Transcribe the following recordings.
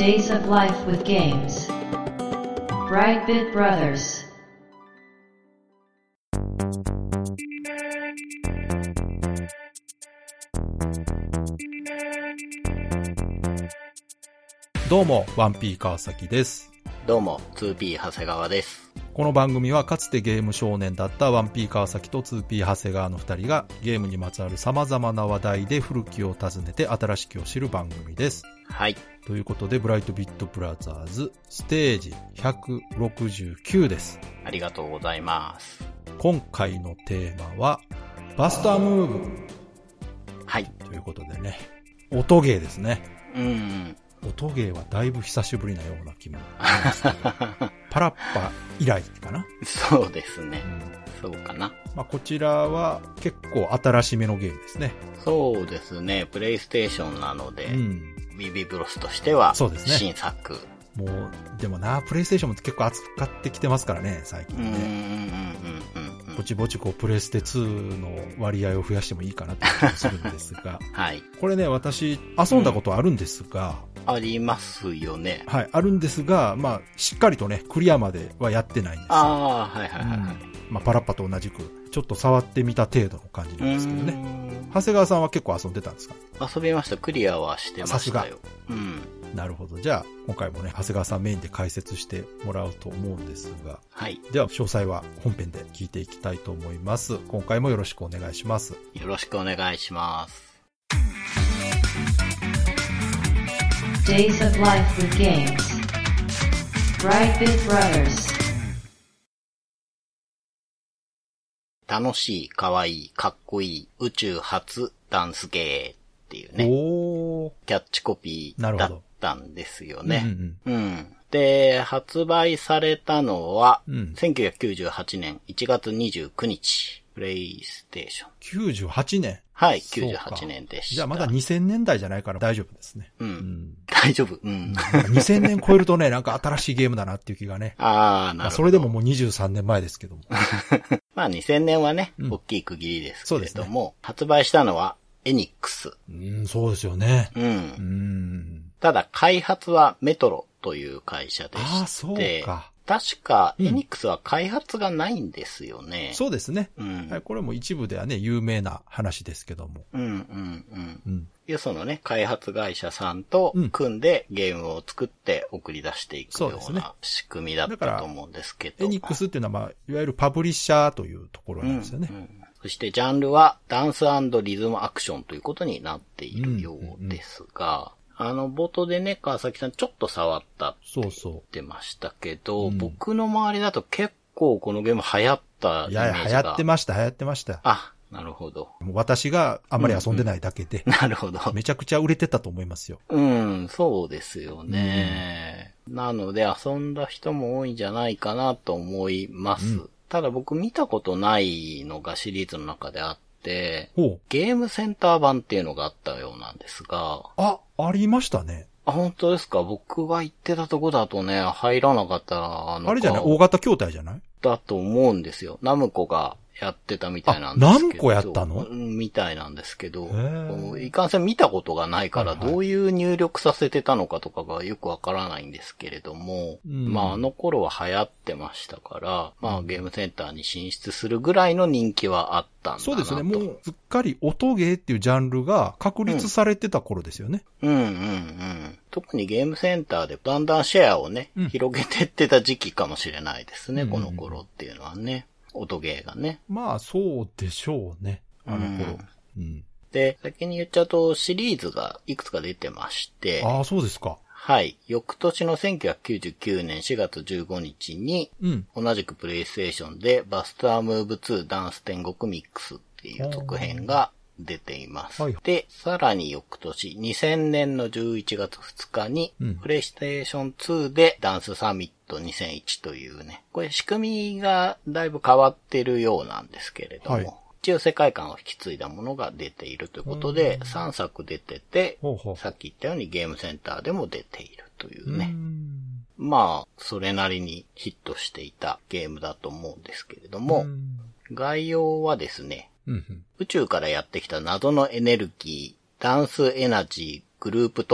Days of Life with Games. Brightbit Brothers. どうも、1P 川崎です。 どうも、2P 長谷川です。 この番組はかつてゲーム少年だった 1P 川崎と 2P 長谷川の2人がゲームにまつわる様々な話題で古きを訪ねて新しきを知る番組です。 はい。 ということで、ブライトビットブラザーズステージ169です。 ありがとうございます。 今回のテーマは、バスタームーブ。 はい。 ということでね、音ゲーですね。音ゲーはだいぶ久しぶりなような気もありますけどパラッパ以来かな。 そうですね、そうかな。 まあ、こちらは結構新しめのゲームですね。 そうですね、プレイステーションなので、ビビブロスとしては新作。 もうでもな、プレイステーションも結構扱ってきてますからね、最近ね。ぼちぼちこうプレステ2の割合を増やしてもいいかなって気がするんですがはい。 これね、私遊んだことあるんですが、 ありますよね。 はい、あるんですが、まあしっかりとねクリアまではやってないんですよ。 ああ、はいはいはい、 まあパラッパと同じくちょっと触ってみた程度の感じなんですけどね。長谷川さんは結構遊んでたんですか？ 遊びました。クリアはしてましたよ。 なるほど。じゃあ今回もね、長谷川さんメインで解説してもらうと思うんですが、 はい。 では詳細は本編で聞いていきたいと思います。今回もよろしくお願いします。 よろしくお願いします。 Days of Life with Games. Brightbit Brothers. 楽しい、かわいい、かっこいい、宇宙初ダンスゲーっていうね。キャッチコピーだったんですよね。で、発売されたのは、1998年1月29日、プレイステーション。 98年はい、98年でした。 じゃあまだ2000年代じゃないから大丈夫ですね。 大丈夫。 2000年超えるとね、なんか新しいゲームだなっていう気がね。 なるほど。 まあ、それでももう23年前ですけども。 まあ2000年はね、大きい区切りですけれども、発売したのはエニックス。 そうですよね。 ただ開発はメトロという会社でして、 そうか。 確かエニックスは開発がないんですよね。 そうですね。これも一部ではね、有名な話ですけども。 そのね、開発会社さんと組んでゲームを作って送り出していくような仕組みだったと思うんですけど。 エニックスっていうのは、まあ、いわゆるパブリッシャーというところなんですよね。 そしてジャンルはダンス&リズムアクションということになっているようですが、冒頭でね、川崎さんちょっと触ったって言ってましたけど、僕の周りだと結構このゲーム流行ったイメージが。 いや、流行ってました。 なるほど。 もう私があんまり遊んでないだけで。 なるほど。 めちゃくちゃ売れてたと思いますよ。 そうですよね。なので遊んだ人も多いんじゃないかなと思います。ただ僕見たことないのがシリーズの中であって、ゲームセンター版っていうのがあったようなんですが。 ありましたね。 本当ですか？僕が行ってたとこだとね、入らなかったあれじゃない？大型筐体じゃない？ だと思うんですよ。ナムコがやってたみたいなんですけど。 ナムコやったの？ みたいなんですけど、いかんせん見たことがないから、どういう入力させてたのかとかがよくわからないんですけれども、まああの頃は流行ってましたから、まあゲームセンターに進出するぐらいの人気はあったんだなと。 そうですね。もうすっかり音ゲーっていうジャンルが確立されてた頃ですよね。 特にゲームセンターでだんだんシェアをね、広げてってた時期かもしれないですね、この頃っていうのはね。音ゲーがね。 まあそうでしょうね。あの頃。 で、先に言っちゃうとシリーズがいくつか出てまして。 そうですか。 はい。翌年の1999年4月15日に、同じくプレイステーションでバスタームーブ2ダンス天国ミックスっていう続編が出ています。で、さらに翌年、2000年の11月2日に、プレイステーション2でダンスサミット2001というね、これ仕組みがだいぶ変わってるようなんですけれども、一応世界観を引き継いだものが出ているということで、3作出てて、さっき言ったようにゲームセンターでも出ているというね。まあ、それなりにヒットしていたゲームだと思うんですけれども、概要はですね、宇宙からやってきた謎のエネルギー、ダンスエナジーグループトロンっ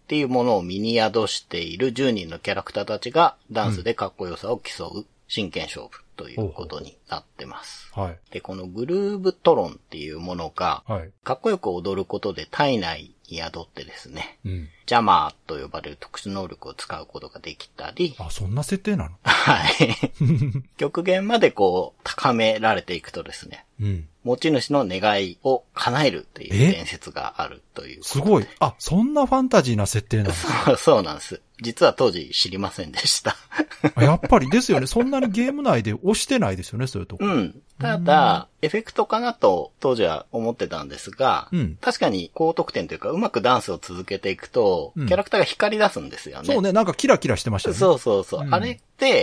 っていうものを身に宿している10人のキャラクターたちがダンスでかっこよさを競う真剣勝負ということになってます。 はい。 で、このグルーブトロンっていうものが、かっこよく踊ることで体内に宿ってですね、ジャマーと呼ばれる特殊能力を使うことができたり、 あ、そんな設定なの？ はい。極限までこう、高められていくとですね、持ち主の願いを叶えるっていう伝説があるという。 すごい。あ、そんなファンタジーな設定なんですか？ そうなんです。実は当時知りませんでした。 やっぱりですよね。そんなにゲーム内で押してないですよね、そういうとこ。 ただ、エフェクトかなと当時は思ってたんですが、確かに高得点というかうまくダンスを続けていくと、キャラクターが光り出すんですよね。 そうね、なんかキラキラしてましたよね。 そう。あれって、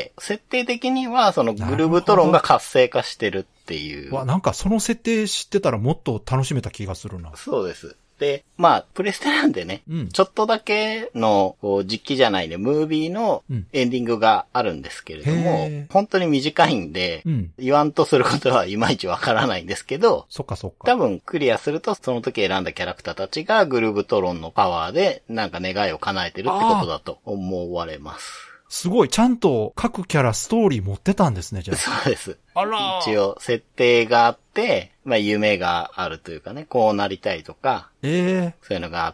設定的にはそのグルーブトロンが活性化してるっていう。 なんかその設定知ってたらもっと楽しめた気がするな。 そうです。で、プレステなんでね、ちょっとだけの実機じゃないね、ムービーのエンディングがあるんですけれども、本当に短いんで、言わんとすることはいまいちわからないんですけど、 そっか。 多分クリアするとその時選んだキャラクターたちがグルーブトロンのパワーでなんか願いを叶えてるってことだと思われます。 すごい、ちゃんと各キャラストーリー持ってたんですね、じゃあ。 そうです。 あら一応、設定があって、夢があるというかね、こうなりたいとか、そういうのがあって、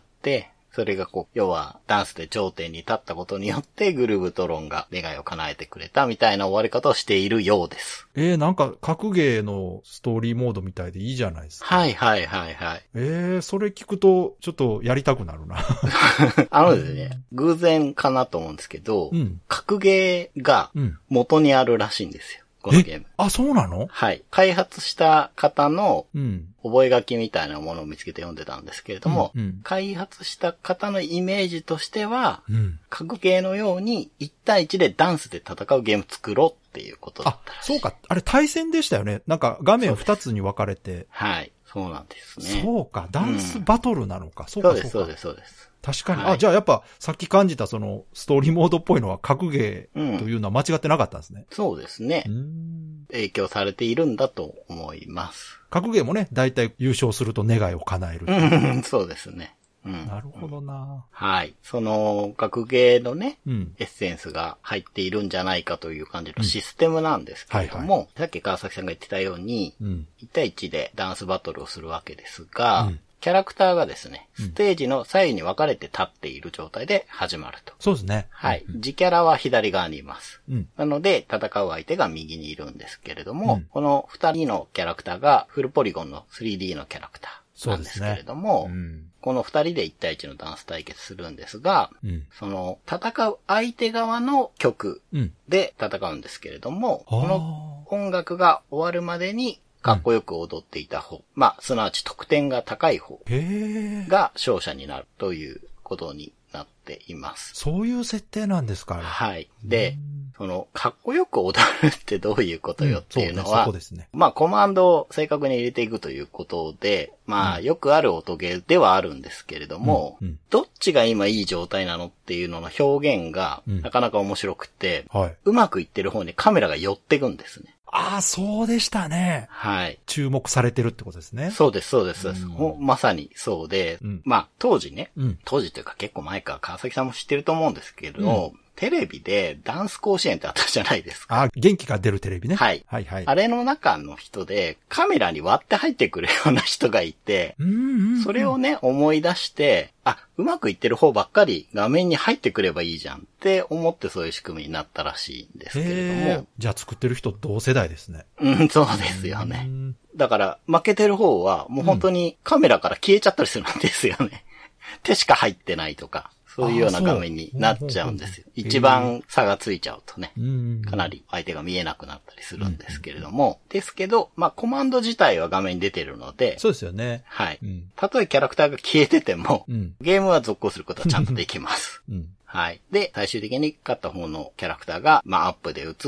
それが要は、ダンスで頂点に立ったことによって、グルーブトロンが願いを叶えてくれたみたいな終わり方をしているようです。 なんか、格ゲーのストーリーモードみたいでいいじゃないですか。 はい。それ聞くと、ちょっとやりたくなるな。 ですね、偶然かなと思うんですけど、格ゲーが元にあるらしいんですよ。このゲーム。 あ、そうなの？ はい。開発した方の、覚書みたいなものを見つけて読んでたんですけれども、開発した方のイメージとしては、格ゲーのように1対1でダンスで戦うゲーム作ろうっていうことだったらしい。 そうか。あれ対戦でしたよね。なんか画面2つに分かれて。 はい。そうなんですね。 そうか。ダンスバトルなのか。そうです。確かに。じゃあやっぱさっき感じたそのストーリーモードっぽいのは格ゲーというのは間違ってなかったんですね。 そうですね。影響されているんだと思います。 格ゲーもね、だいたい優勝すると願いを叶える。 そうですね。 なるほどな。 はい。その格ゲーのね、エッセンスが入っているんじゃないかという感じのシステムなんですけれども、さっき川崎さんが言ってたように、1対1でダンスバトルをするわけですが、キャラクターがですね、ステージの左右に分かれて立っている状態で始まると。 そうですね。 はい。自キャラは左側にいます。なので、戦う相手が右にいるんですけれども、この2人のキャラクターがフルポリゴンの 3D のキャラクターなんですけれども、この2人で1対1のダンス対決するんですが、その戦う相手側の曲で戦うんですけれども、この音楽が終わるまでにかっこよく踊っていた方、すなわち得点が高い方が勝者になるということになっています。 そういう設定なんですか？ はい。で、その、かっこよく踊るってどういうことよっていうのは、 そうですね。 コマンドを正確に入れていくということで、よくある音ゲーではあるんですけれども、どっちが今いい状態なのっていうのの表現がなかなか面白くて、うまくいってる方にカメラが寄ってくんですね。 ああ、そうでしたね。 はい。 注目されてるってことですね。 そうです。まさにそうで、当時ね、当時というか結構前か、川崎さんも知ってると思うんですけど、テレビでダンス甲子園ってあったじゃないですか。 元気が出るテレビね。 はい。あれの中の人でカメラに割って入ってくるような人がいて、それをね、思い出して、うまくいってる方ばっかり画面に入ってくればいいじゃんって思ってそういう仕組みになったらしいんですけれども。 じゃあ作ってる人同世代ですね。 そうですよね。だから負けてる方はもう本当にカメラから消えちゃったりするんですよね。手しか入ってないとか。そういうような画面になっちゃうんですよ。一番差がついちゃうとね、かなり相手が見えなくなったりするんですけれども、ですけど、コマンド自体は画面に出てるので、 そうですよね。 はい。たとえキャラクターが消えてても、ゲームは続行することはちゃんとできます。はい。で、最終的に勝った方のキャラクターが、アップで映って、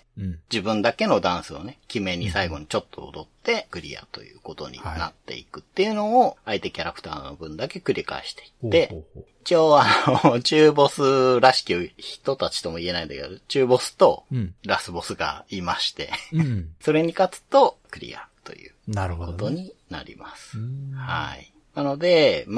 自分だけのダンスをね、決めに最後にちょっと踊ってクリアということになっていくっていうのを、相手キャラクターの分だけ繰り返していって、一応中ボスらしき人たちとも言えないんだけど、中ボスとラスボスがいまして、それに勝つとクリアということになります。はい。なので、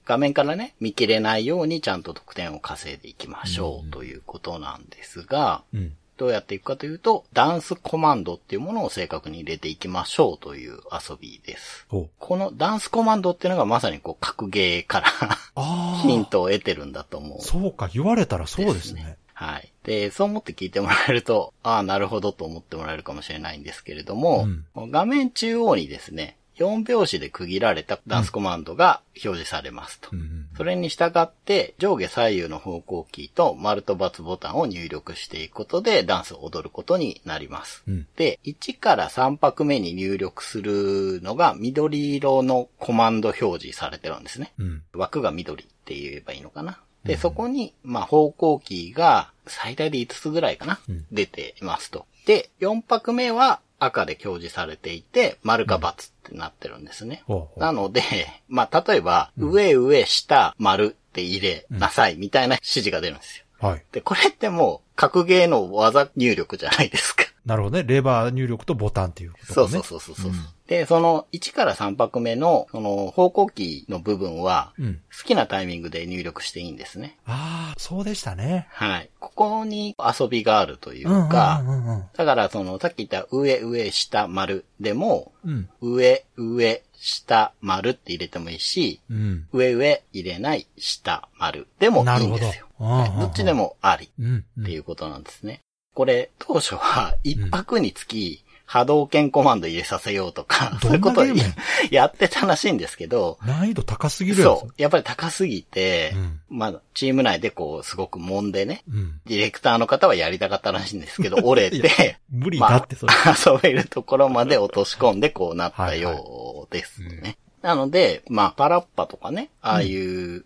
画面からね、見切れないようにちゃんと得点を稼いでいきましょうということなんですが、どうやっていくかというと、ダンスコマンドっていうものを正確に入れていきましょうという遊びです。このダンスコマンドっていうのがまさにこう格ゲーからヒントを得てるんだと思う。 そうか、言われたらそうですね。 はい。で、そう思って聞いてもらえると、ああ、なるほどと思ってもらえるかもしれないんですけれども、画面中央にですね、4拍子で区切られたダンスコマンドが表示されますと。それに従って上下左右の方向キーと丸と×ボタンを入力していくことでダンスを踊ることになります。で、1から3拍目に入力するのが緑色のコマンド表示されてるんですね。枠が緑って言えばいいのかな。で、そこに、方向キーが最大で5つぐらいかな、出ていますと。で、4拍目は赤で表示されていて、丸か×ってなってるんですね。なので、例えば、上、下、丸って入れなさいみたいな指示が出るんですよ。で、これってもう、格ゲーの技入力じゃないですか。 なるほどね。レバー入力とボタンっていうことね。 そう。で、その1から3拍目の、その方向キーの部分は、好きなタイミングで入力していいんですね。 ああ、そうでしたね。 はい。ここに遊びがあるというか、だからさっき言った上、下、丸でも、上、下、丸って入れてもいいし、上入れない、下、丸でもいいんですよ。どっちでもありっていうことなんですね。これ、当初は1拍につき波動拳コマンド入れさせようとか、そういうことをやってたらしいんですけど、 難易度高すぎるやつ。そう。 やっぱり高すぎて、チーム内でこう、すごく揉んでね、ディレクターの方はやりたかったらしいんですけど、折れて、 無理だってそれ。 遊べるところまで落とし込んでこうなったようですね。なので、パラッパとかね、ああいう、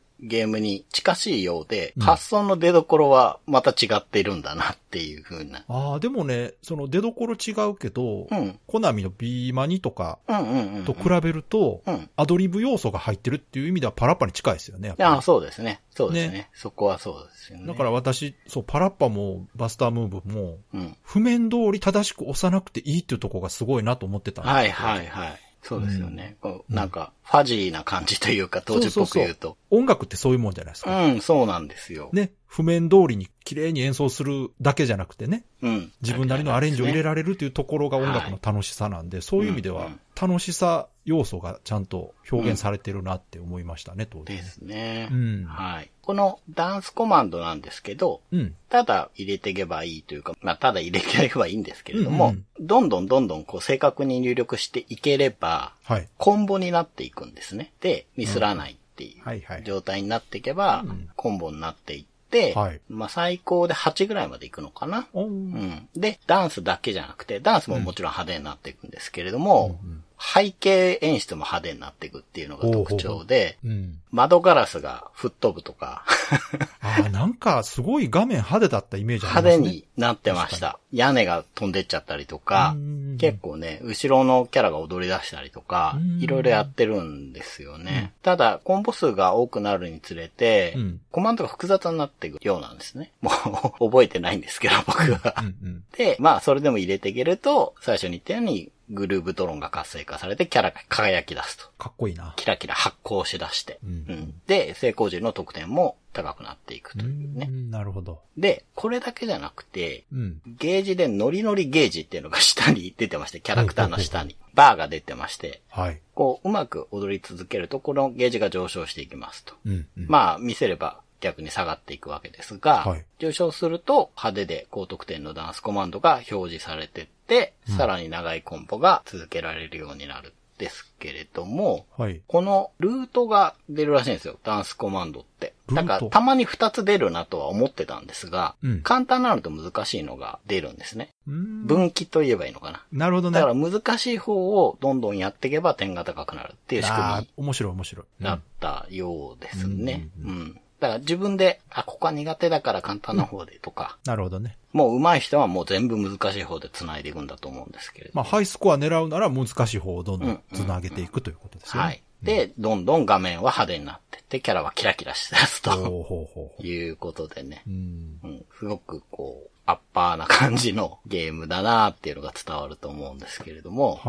ゲームに近しいようで、発想の出所はまた違っているんだなっていう風な。 でもね、その出所違うけど、コナミのビーマニとかと比べると、アドリブ要素が入ってるっていう意味ではパラッパに近いですよね。 そうですね。そうですね。そこはそうですよね。 だから私、パラッパもバスタームーブも、譜面通り正しく押さなくていいっていうところがすごいなと思ってたんですけど。はい。 そうですよね。なんか、ファジーな感じというか、当時っぽく言うと。 音楽ってそういうもんじゃないですか。 そうなんですよ。 ね。譜面通りに綺麗に演奏するだけじゃなくてね。自分なりのアレンジを入れられるというところが音楽の楽しさなんで、そういう意味では、楽しさ要素がちゃんと表現されてるなって思いましたね、当時。 ですね。はい。このダンスコマンドなんですけど、ただ入れていけばいいというか、ただ入れていけばいいんですけれども、どんどんこう正確に入力していければ、コンボになっていくんですね。で、ミスらないっていう状態になっていけば、コンボになっていって、最高で8ぐらいまでいくのかな。で、ダンスだけじゃなくて、ダンスももちろん派手になっていくんですけれども、背景演出も派手になっていくっていうのが特徴で、窓ガラスが吹っ飛ぶとか。 なんかすごい画面派手だったイメージありますね。 派手になってました。屋根が飛んでっちゃったりとか、結構ね、後ろのキャラが踊り出したりとか、いろいろやってるんですよね。ただ、コンボ数が多くなるにつれて、コマンドが複雑になっていくようなんですね。もう覚えてないんですけど、僕は。で、それでも入れていけると、最初に言ったように、グルーブドローンが活性化されてキャラが輝き出すと。 かっこいいな。 キラキラ発光し出して。で、成功時の得点も高くなっていくというね。 なるほど。 で、これだけじゃなくて、ゲージでノリノリゲージっていうのが下に出てまして、キャラクターの下に。バーが出てまして、こう、うまく踊り続けると、このゲージが上昇していきますと。見せれば、逆に下がっていくわけですが、上昇すると派手で高得点のダンスコマンドが表示されてって、さらに長いコンボが続けられるようになるんですけれども、このルートが出るらしいんですよ、ダンスコマンドって。だからたまに2つ出るなとは思ってたんですが、簡単なのと難しいのが出るんですね。分岐と言えばいいのかな。 なるほどね。 だから難しい方をどんどんやっていけば点が高くなるっていう仕組み。 面白い。 だったようですね。だから自分で、ここは苦手だから簡単な方でとか。 なるほどね。 もう上手い人はもう全部難しい方で繋いでいくんだと思うんですけれど。 ハイスコア狙うなら難しい方をどんどん繋げていくということですよね。 で、どんどん画面は派手になってって、キャラはキラキラしだすと。いうことでね。すごくこう、アッパーな感じのゲームだなっていうのが伝わると思うんですけれども。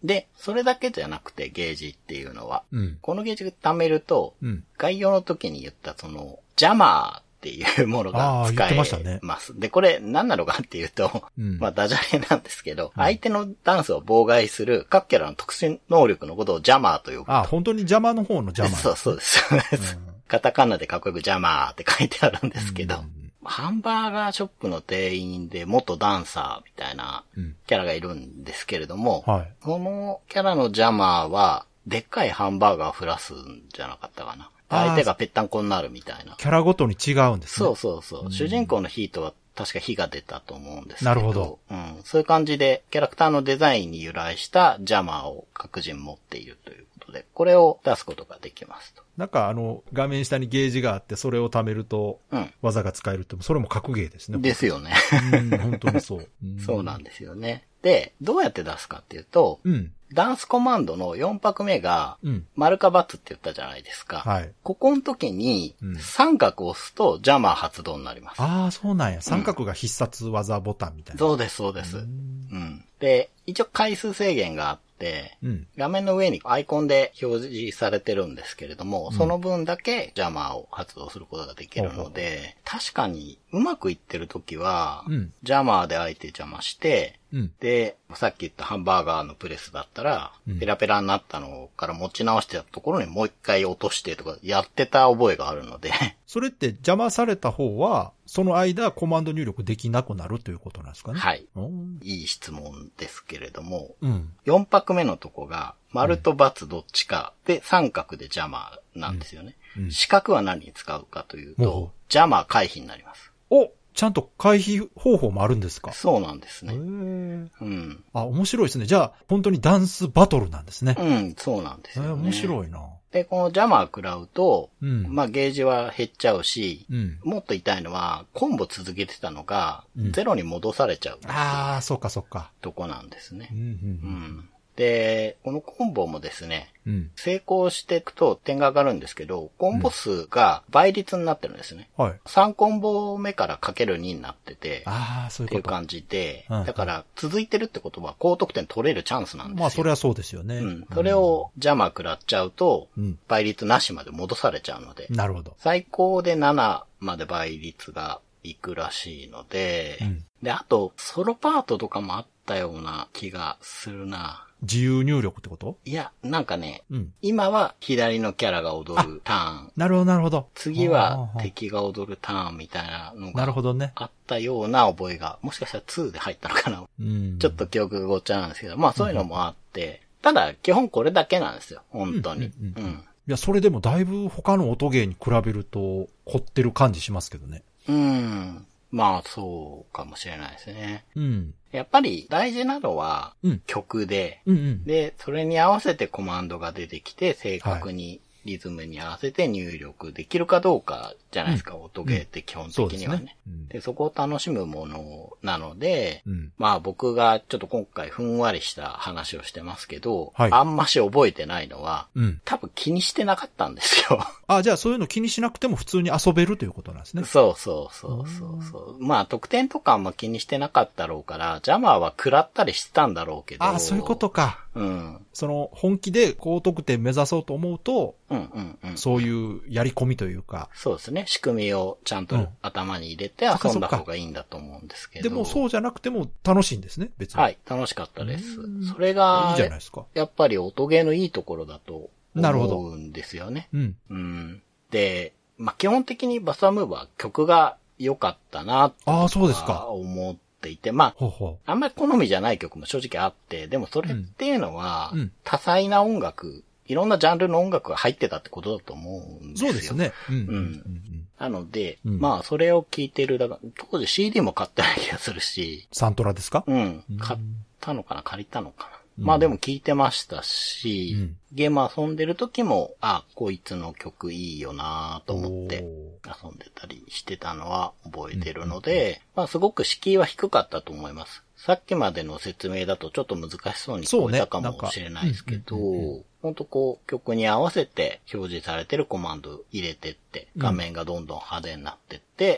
で、それだけじゃなくてゲージっていうのは、 うん、 このゲージ貯めると、 うん、 概要の時に言ったその、ジャマーっていうものが使えます。 ね、 で、これ何なのかっていうと、 うん、 まあダジャレなんですけど、相手のダンスを妨害する各キャラの特殊能力のことをジャマーと呼ぶと。 本当に邪魔の方のジャマー、 そうです。カタカナでかっこよくジャマーって書いてあるんですけど、ハンバーガーショップの店員で元ダンサーみたいなキャラがいるんですけれども、 はい、 このキャラのジャマーは、でっかいハンバーガーを降らすんじゃなかったかな。相手がぺったんこになるみたいな。 キャラごとに違うんですね。 そう。主人公のヒートは確か火が出たと思うんですけど。 なるほど。 そういう感じで、キャラクターのデザインに由来したジャマーを各人持っているということで、これを出すことができますと。 なんか画面下にゲージがあって、それを貯めると、技が使えるって、それも格ゲーですね。 ですよね。 本当にそう。 そうなんですよね。で、どうやって出すかっていうと、ダンスコマンドの4拍目が、丸か×って言ったじゃないですか。 はい。 ここの時に、三角を押すとジャマー発動になります。 ああ、そうなんや。三角が必殺技ボタンみたいな。 そうです。で、一応回数制限があって、画面の上にアイコンで表示されてるんですけれども、その分だけジャマーを発動することができるので、確かにうまくいってる時は、ジャマーで相手邪魔して、で、さっき言ったハンバーガーのプレスだったら、ペラペラになったのから持ち直してたところにもう一回落としてとかやってた覚えがあるので。 それって邪魔された方は、その間コマンド入力できなくなるということなんですかね。 はい。いい質問ですけれども、 うん、 4拍目のとこが、丸と×どっちかで三角で邪魔なんですよね。四角は何に使うかというと、邪魔回避になります。 お、ちゃんと回避方法もあるんですか？ そうなんですね。 あ、面白いですね。じゃあ、本当にダンスバトルなんですね。 そうなんですよね。 面白いな。 で、このジャマー食らうと、まあゲージは減っちゃうし、もっと痛いのは、コンボ続けてたのが、ゼロに戻されちゃう。 ああ、そうかそうか。 とこなんですね。で、このコンボもですね、成功していくと点が上がるんですけど、コンボ数が倍率になってるんですね。3コンボ目からかける2になってて、 そういうことっていう感じで、だから続いてるってことは高得点取れるチャンスなんですよ。 まあそれはそうですよね。 それをジャマー食らっちゃうと、倍率なしまで戻されちゃうので、 なるほど。 最高で7まで倍率がいくらしいので、で、あと、ソロパートとかもあったような気がするな。 自由入力ってこと？ いや、なんかね、今は左のキャラが踊るターン。 なるほど、なるほど。 次は敵が踊るターンみたいなのがあったような覚えが、もしかしたら2で入ったのかな。ちょっと記憶がごっちゃなんですけど、まあそういうのもあって、ただ基本これだけなんですよ、本当に。いや、それでもだいぶ他の音ゲーに比べると凝ってる感じしますけどね。 まあそうかもしれないですね。やっぱり大事なのは曲で、で、それに合わせてコマンドが出てきて正確にリズムに合わせて入力できるかどうかじゃないですか、音ゲーって基本的にはね。で、そこを楽しむものなので、まあ僕がちょっと今回ふんわりした話をしてますけど、あんまし覚えてないのは、多分気にしてなかったんですよ。 じゃあそういうの気にしなくても普通に遊べるということなんですね。 そう。まあ得点とかあんま気にしてなかったろうから、ジャマーは食らったりしてたんだろうけど。 そういうことか。その本気で高得点目指そうと思うと、そういうやり込みというか。 そうですね。仕組みをちゃんと頭に入れて遊んだ方がいいんだと思うんですけど。 でもそうじゃなくても楽しいんですね、別に。 はい、楽しかったです。それが、 いいじゃないですか。 やっぱり音ゲーのいいところだと思うんですよね。で、まあ、基本的にバスタームーブは曲が良かったなって思っていて、まあ、あんまり好みじゃない曲も正直あって、でもそれっていうのは、多彩な音楽、いろんなジャンルの音楽が入ってたってことだと思うんですよ。 そうですね。 なので、まあ、それを聞いてる、だから、当時 CD も買ってない気がするし。 サントラですか？ 買ったのかな借りたのかな、まあでも聞いてましたし、ゲーム遊んでる時も、こいつの曲いいよなと思って遊んでたりしてたのは覚えてるので、まあすごく敷居は低かったと思います。さっきまでの説明だとちょっと難しそうに聞こえたかもしれないですけど、 ほんとこう曲に合わせて表示されてるコマンド入れてって、画面がどんどん派手になってって、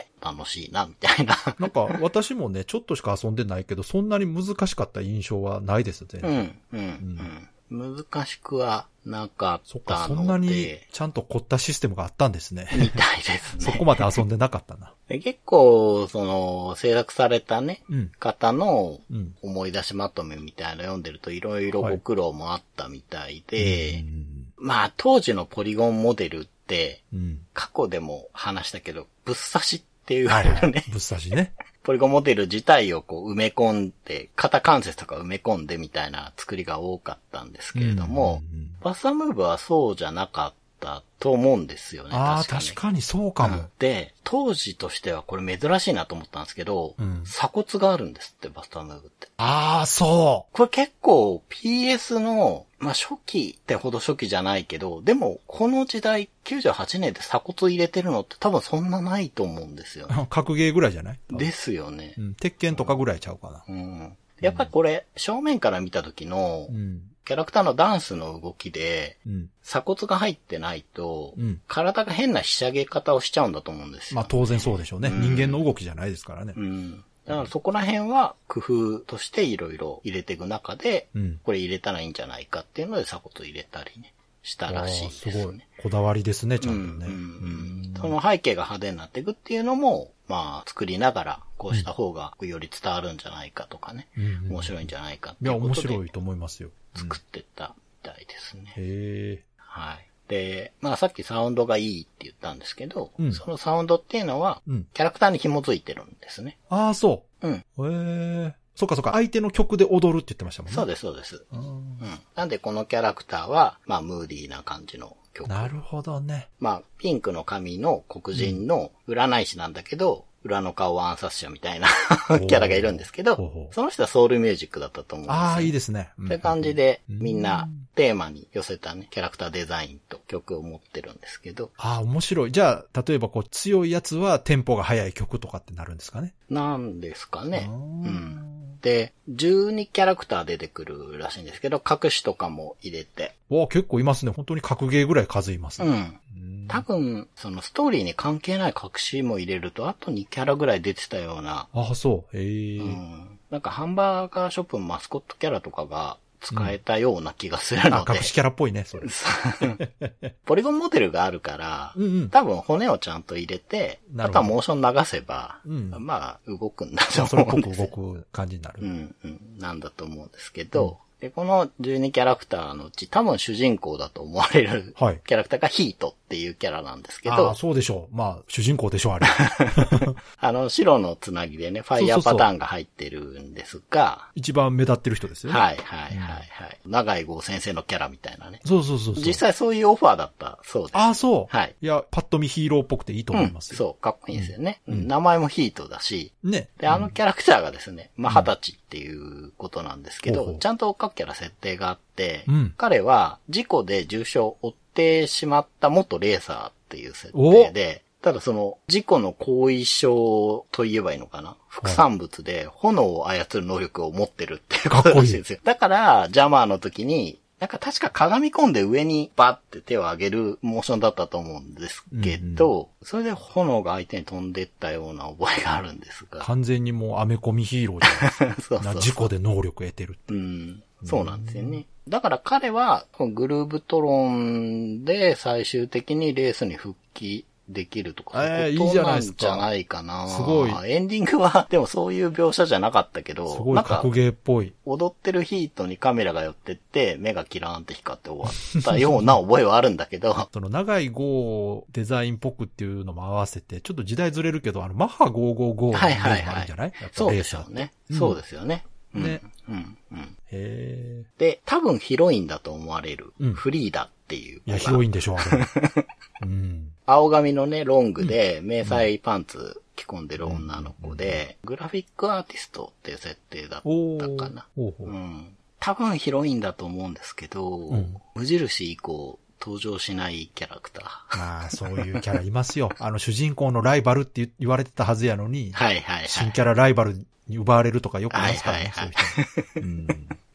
楽しいな、みたいな。 なんか私もね、ちょっとしか遊んでないけど、そんなに難しかった印象はないですね。 難しくはなかったので。そっか、 そんなにちゃんと凝ったシステムがあったんですね。 みたいですね。 そこまで遊んでなかったな。 結構、制作されたね、方の思い出しまとめみたいなの読んでるといろいろご苦労もあったみたいで、まあ当時のポリゴンモデルって、過去でも話したけど、ぶっ刺しっていうね。 ぶっ刺しね。 ポリゴンモデル自体をこう埋め込んで、肩関節とか埋め込んでみたいな作りが多かったんですけれども、バスタームーブはそうじゃなかったと思うんですよね。 確かにそうかも。 で、当時としてはこれ珍しいなと思ったんですけど、鎖骨があるんですって、バスタームーブって。 そう。 これ結構 PS の、まあ初期ってほど初期じゃないけど、でもこの時代98年で鎖骨入れてるのって多分そんなないと思うんですよね。 格ゲーぐらいじゃない？ ですよね。 鉄拳とかぐらいちゃうかな。 やっぱりこれ正面から見た時の、キャラクターのダンスの動きで、鎖骨が入ってないと、体が変なひしゃげ方をしちゃうんだと思うんですよ。 まあ当然そうでしょうね。人間の動きじゃないですからね。 だからそこら辺は工夫としていろいろ入れていく中で、これ入れたらいいんじゃないかっていうので鎖骨入れたりね、したらしいですね。すごい。 こだわりですね、ちゃんとね。 その背景が派手になっていくっていうのも、まあ作りながら、こうした方がより伝わるんじゃないかとかね、面白いんじゃないかっていうことで。 いや、面白いと思いますよ。 作ってったみたいですね。 へー。 はい。で、まあさっきサウンドがいいって言ったんですけど、そのサウンドっていうのは、キャラクターに紐づいてるんですね。 そう。そっかそっか、相手の曲で踊るって言ってましたもんね。 そうです、そうです。なんでこのキャラクターは、まあムーディーな感じの曲。 なるほどね。 まあ、ピンクの髪の黒人の占い師なんだけど、裏の顔暗殺者みたいなキャラがいるんですけど、その人はソウルミュージックだったと思うんですよ。 いいですね。 って感じで、みんなテーマに寄せたね、キャラクターデザインと曲を持ってるんですけど。 面白い。じゃあ、例えばこう、強いやつはテンポが速い曲とかってなるんですかね。 なんですかね。で、12キャラクター出てくるらしいんですけど、隠しとかも入れて。 結構いますね。本当に格ゲーぐらい数いますね。 多分、そのストーリーに関係ない隠しも入れると、あと2キャラぐらい出てたような。 そう。 なんかハンバーガーショップのマスコットキャラとかが使えたような気がするので。 隠しキャラっぽいね、それ。 ポリゴンモデルがあるから、多分骨をちゃんと入れて、あとはモーション流せば、まあ動くんだと思うんです。 それっぽく動く感じになる。 なんだと思うんですけど、で、この12キャラクターのうち多分主人公だと思われるキャラクターがヒートっていうキャラなんですけど。 そうでしょう。まあ、主人公でしょう、あれ。 白のつなぎでね、ファイヤーパターンが入ってるんですが。 一番目立ってる人ですよね。 はい。長井剛先生のキャラみたいなね。 そう。 実際そういうオファーだったそうです。 そう。 はい。 いや、パッと見ヒーローっぽくていいと思いますよ。 そう、かっこいいんですよね。名前もヒートだし。 ね。 で、キャラクターがですね、まあ、20歳っていうことなんですけど、ちゃんと各キャラ設定があって、彼は事故で重傷を負ってしまった元レーサーっていう設定で、ただその事故の後遺症と言えばいいのかな、副産物で炎を操る能力を持ってるっていうことらしいんですよ。だから、ジャマーの時に、なんか確か鏡込んで上にバッて手を上げるモーションだったと思うんですけど、それで炎が相手に飛んでったような覚えがあるんですが。 完全にもうアメコミヒーローじゃないですか。そう。事故で能力得てるって。 そうなんですよね。だから彼は、グルーブトロンで最終的にレースに復帰できるとか、 いいじゃないですか。 じゃないかな。 すごい。 エンディングは、でもそういう描写じゃなかったけど、 すごい格ゲーっぽい。 踊ってるヒートにカメラが寄ってって、目がキラーンって光って終わったような覚えはあるんだけど。 その長い号デザインっぽくっていうのも合わせて、ちょっと時代ずれるけど、マッハ555のイメージもあるんじゃない？ そうでしょうね。そうですよね。 ね。 へー。で、多分ヒロインだと思われる、フリーダっていう。 いや、ヒロインでしょ、あれ。 青髪のね、ロングで、迷彩パンツ着込んでる女の子で、グラフィックアーティストっていう設定だったかな。多分ヒロインだと思うんですけど、無印以降、登場しないキャラクター。 まあ、そういうキャラいますよ。主人公のライバルって言われてたはずやのに、新キャラライバルに奪われるとかよく言いますからね、そういう人。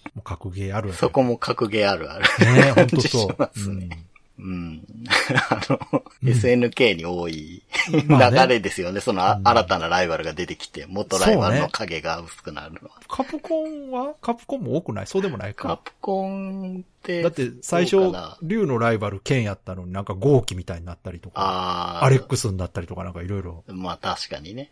もう格ゲーあるある。 そこも格ゲーあるある。 ね、ほんとそう。 ますね。SNK に多い流れですよね。その新たなライバルが出てきて、元ライバルの影が薄くなるのは。 カプコンも多くない？そうでもないか。 カプコンって、 だって最初、竜のライバルケンやったのになんかゴーキみたいになったりとか、アレックスになったりとかなんかいろいろ。 まあ確かにね。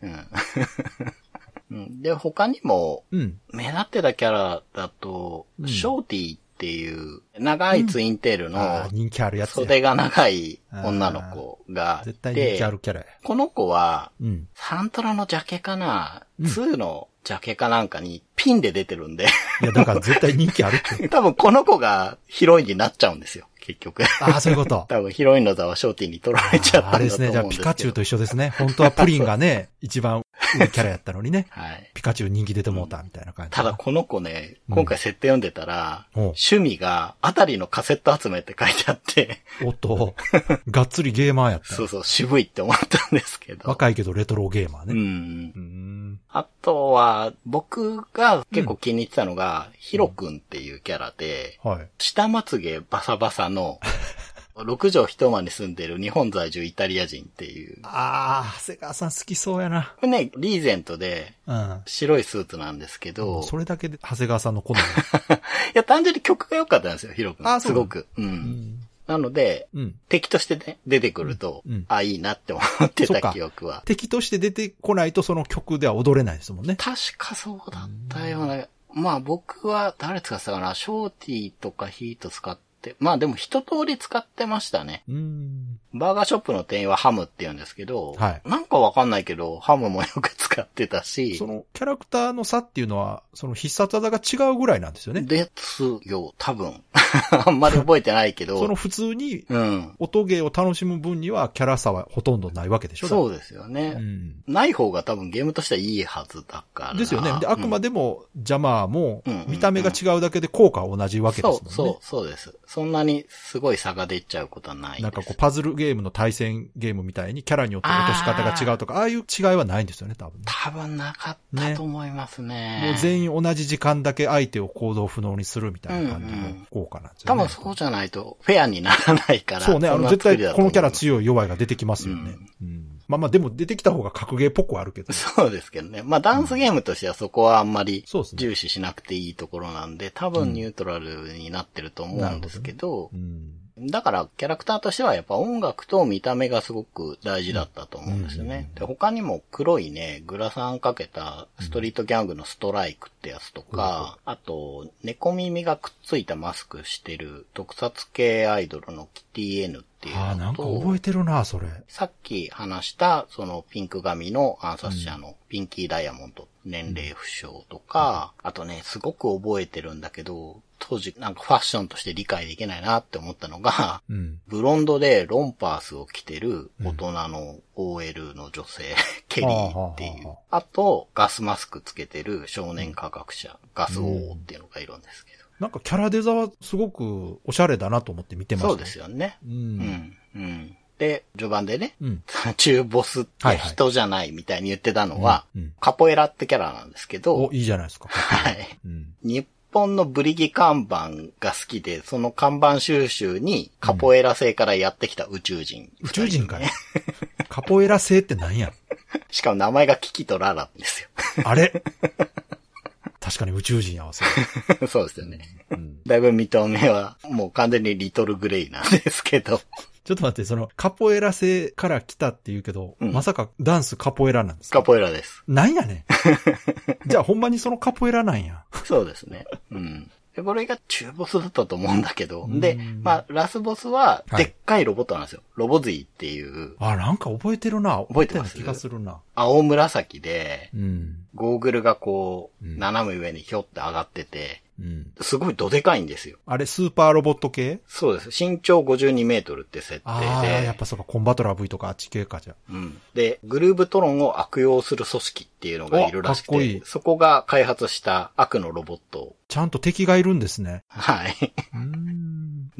で、他にも、目立ってたキャラだと、ショーティーっていう、長いツインテールの、 人気あるやつ。 袖が長い女の子がいて、 絶対人気あるキャラや。 この子は、サントラのジャケかな、2のジャケかなんかにピンで出てるんで。 いや、だから絶対人気あるって。 多分この子がヒロインになっちゃうんですよ。結局。 ああ、そういうこと。 多分ヒロインの座はショーティーに取られちゃったんだと思うんですけど。 あれですね。じゃあピカチュウと一緒ですね。本当はプリンがね、一番キャラやったのにね。はい。ピカチュウ人気出てもうたみたいな感じ。 ただこの子ね、今回設定読んでたら、趣味があたりのカセット集めって書いてあって。 おっと、がっつりゲーマーやった。 そうそう、渋いって思ったんですけど。 若いけどレトロゲーマーね。 あとは、僕が結構気に入ってたのが、ヒロ君っていうキャラで、下まつげバサバサの、6畳一間に住んでる日本在住イタリア人っていう。 ああ、長谷川さん好きそうやな。 これね、リーゼントで、白いスーツなんですけど。 それだけで長谷川さんの好み。いや、単純に曲が良かったんですよ、ヒロ君。すごく。なので、敵としてね、出てくると、いいなって思ってた記憶は。 敵として出てこないとその曲では踊れないですもんね。 確かそうだったような。まあ僕は誰使ってたかな、ショーティーとかヒート使って、まあでも一通り使ってましたね。バーガーショップの店員はハムって言うんですけど、なんかわかんないけど、ハムもよく使ってたし。 そのキャラクターの差っていうのは、その必殺技が違うぐらいなんですよね。 ですよ、多分。あんまり覚えてないけど。 その普通に、音ゲーを楽しむ分にはキャラ差はほとんどないわけでしょ。 そうですよね。ない方が多分ゲームとしてはいいはずだから。 ですよね。で、あくまでもジャマーも見た目が違うだけで効果は同じわけですもんね。 そうです。そんなにすごい差が出ちゃうことはないです。 なんかこうパズルゲームの対戦ゲームみたいにキャラによって落とし方が違うとか、ああいう違いはないんですよね、多分。 多分なかったと思いますね。 もう全員同じ時間だけ相手を行動不能にするみたいな感じの効果なんですよね。 多分そうじゃないとフェアにならないから。 そうね、絶対このキャラ強い弱いが出てきますよね。まあでも出てきた方が格ゲーっぽくはあるけど。 そうですけどね。まあダンスゲームとしてはそこはあんまり重視しなくていいところなんで、多分ニュートラルになってると思うんですけど、だからキャラクターとしてはやっぱ音楽と見た目がすごく大事だったと思うんですよね。で、他にも黒いね、グラサンかけたストリートギャングのストライクってやつとか、あと、猫耳がくっついたマスクしてる特撮系アイドルのキティ N っていうのと、 なんか覚えてるな、それ。 さっき話したそのピンク髪の暗殺者のピンキーダイヤモンド、年齢不詳とか、あとね、すごく覚えてるんだけど、当時なんかファッションとして理解できないなって思ったのが、ブロンドでロンパースを着てる大人の OL の女性、ケリーっていう。あと、ガスマスクつけてる少年科学者、ガス王っていうのがいるんですけど。 なんかキャラデザはすごくおしゃれだなと思って見てました。 そうですよね。で、序盤でね、中ボスって人じゃないみたいに言ってたのは、カポエラってキャラなんですけど、 いいじゃないですか。 はい。日本のブリギ看板が好きで、その看板収集にカポエラ星からやってきた宇宙人。 宇宙人かね。カポエラ星って何や？ しかも名前がキキとララですよ。 あれ確かに宇宙人合わせる。そうですよね。だいぶ見た目はもう完全にリトルグレイなんですけど。 ちょっと待って、そのカポエラ星から来たって言うけど、まさかダンスカポエラなんですか？ カポエラです。 なんやねん。じゃあほんまにそのカポエラなんや。 そうですね。でこれが中ボスだったと思うんだけど、で、まあ、ラスボスは、でっかいロボットなんですよ。ロボズイっていう。 なんか覚えてるな。 覚えてます？ 気がするな。 青紫で、ゴーグルがこう、斜め上にひょって上がってて、すごいどでかいんですよ。 あれ、スーパーロボット系？ そうです。身長52メートルって設定で。 やっぱそうか、コンバトラー V とかあっち系かじゃ。 で、グルーブトロンを悪用する組織っていうのがいるらしくて、かっこいい。そこが開発した悪のロボット。 ちゃんと敵がいるんですね。 はい。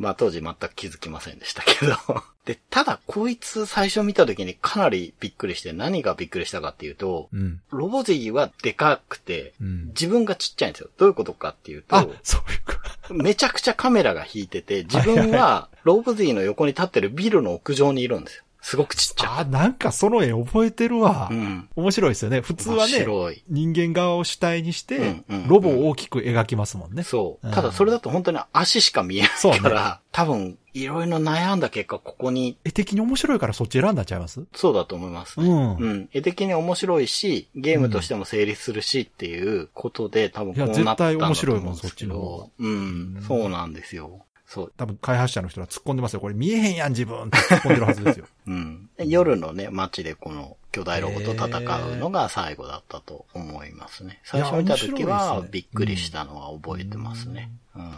まあ当時全く気づきませんでしたけど。で、ただこいつ最初見た時にかなりびっくりして、何がびっくりしたかっていうと、ロボジーはでかくて、自分がちっちゃいんですよ。どういうことかっていうと、 そういうか。 めちゃくちゃカメラが引いてて、自分はロボジーの横に立ってるビルの屋上にいるんですよ。すごくちっちゃい。 なんかその絵覚えてるわ。面白いですよね。普通はね、人間側を主体にして、ロボを大きく描きますもんね。 そう。ただそれだと本当に足しか見えないから、多分、いろいろ悩んだ結果、ここに。 絵的に面白いからそっち選んだんちゃいます？ そうだと思いますね。絵的に面白いし、ゲームとしても成立するしっていうことで、多分こうなったんだと思うんですけど。いや、絶対面白いもん、そっちの方が。そうなんですよ。そう。 多分開発者の人は突っ込んでますよ。これ見えへんやん自分って突っ込んでるはずですよ。 夜のね、街でこの巨大ロボと戦うのが最後だったと思いますね。最初見た時はびっくりしたのは覚えてますね。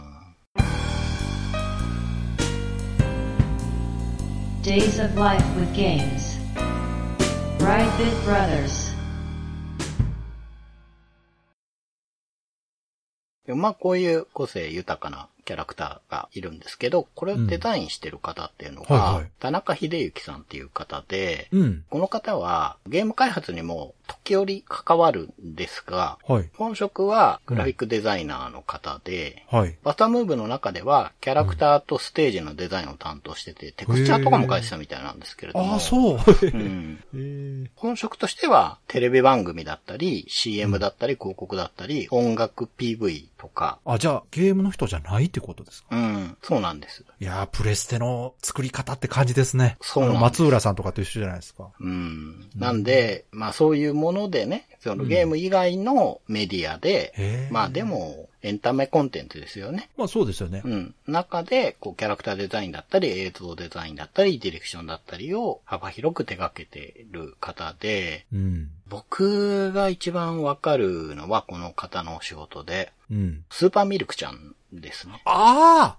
Days of Life with Games Brightbit Brothers。 まあこういう個性豊かなキャラクターがいるんですけど、これをデザインしてる方っていうのが、田中秀幸さんっていう方で、この方はゲーム開発にも時折関わるんですが、本職はグラフィックデザイナーの方で、バスタームーブの中ではキャラクターとステージのデザインを担当してて、テクスチャーとかも書いてたみたいなんですけれども、本職としてはテレビ番組だったり、CM だったり、広告だったり、音楽 PV とか。 じゃあゲームの人じゃないってことですか？ そうなんです。 いやー、プレステの作り方って感じですね。 そうなんです。 松浦さんとかと一緒じゃないですか。 なんで、まあそういうものでね、そのゲーム以外のメディアで、まあでも、エンタメコンテンツですよね。 まあそうですよね。 中で、こう、キャラクターデザインだったり、映像デザインだったり、ディレクションだったりを幅広く手掛けている方で、僕が一番わかるのはこの方のお仕事で、スーパーミルクちゃんですね。 はい。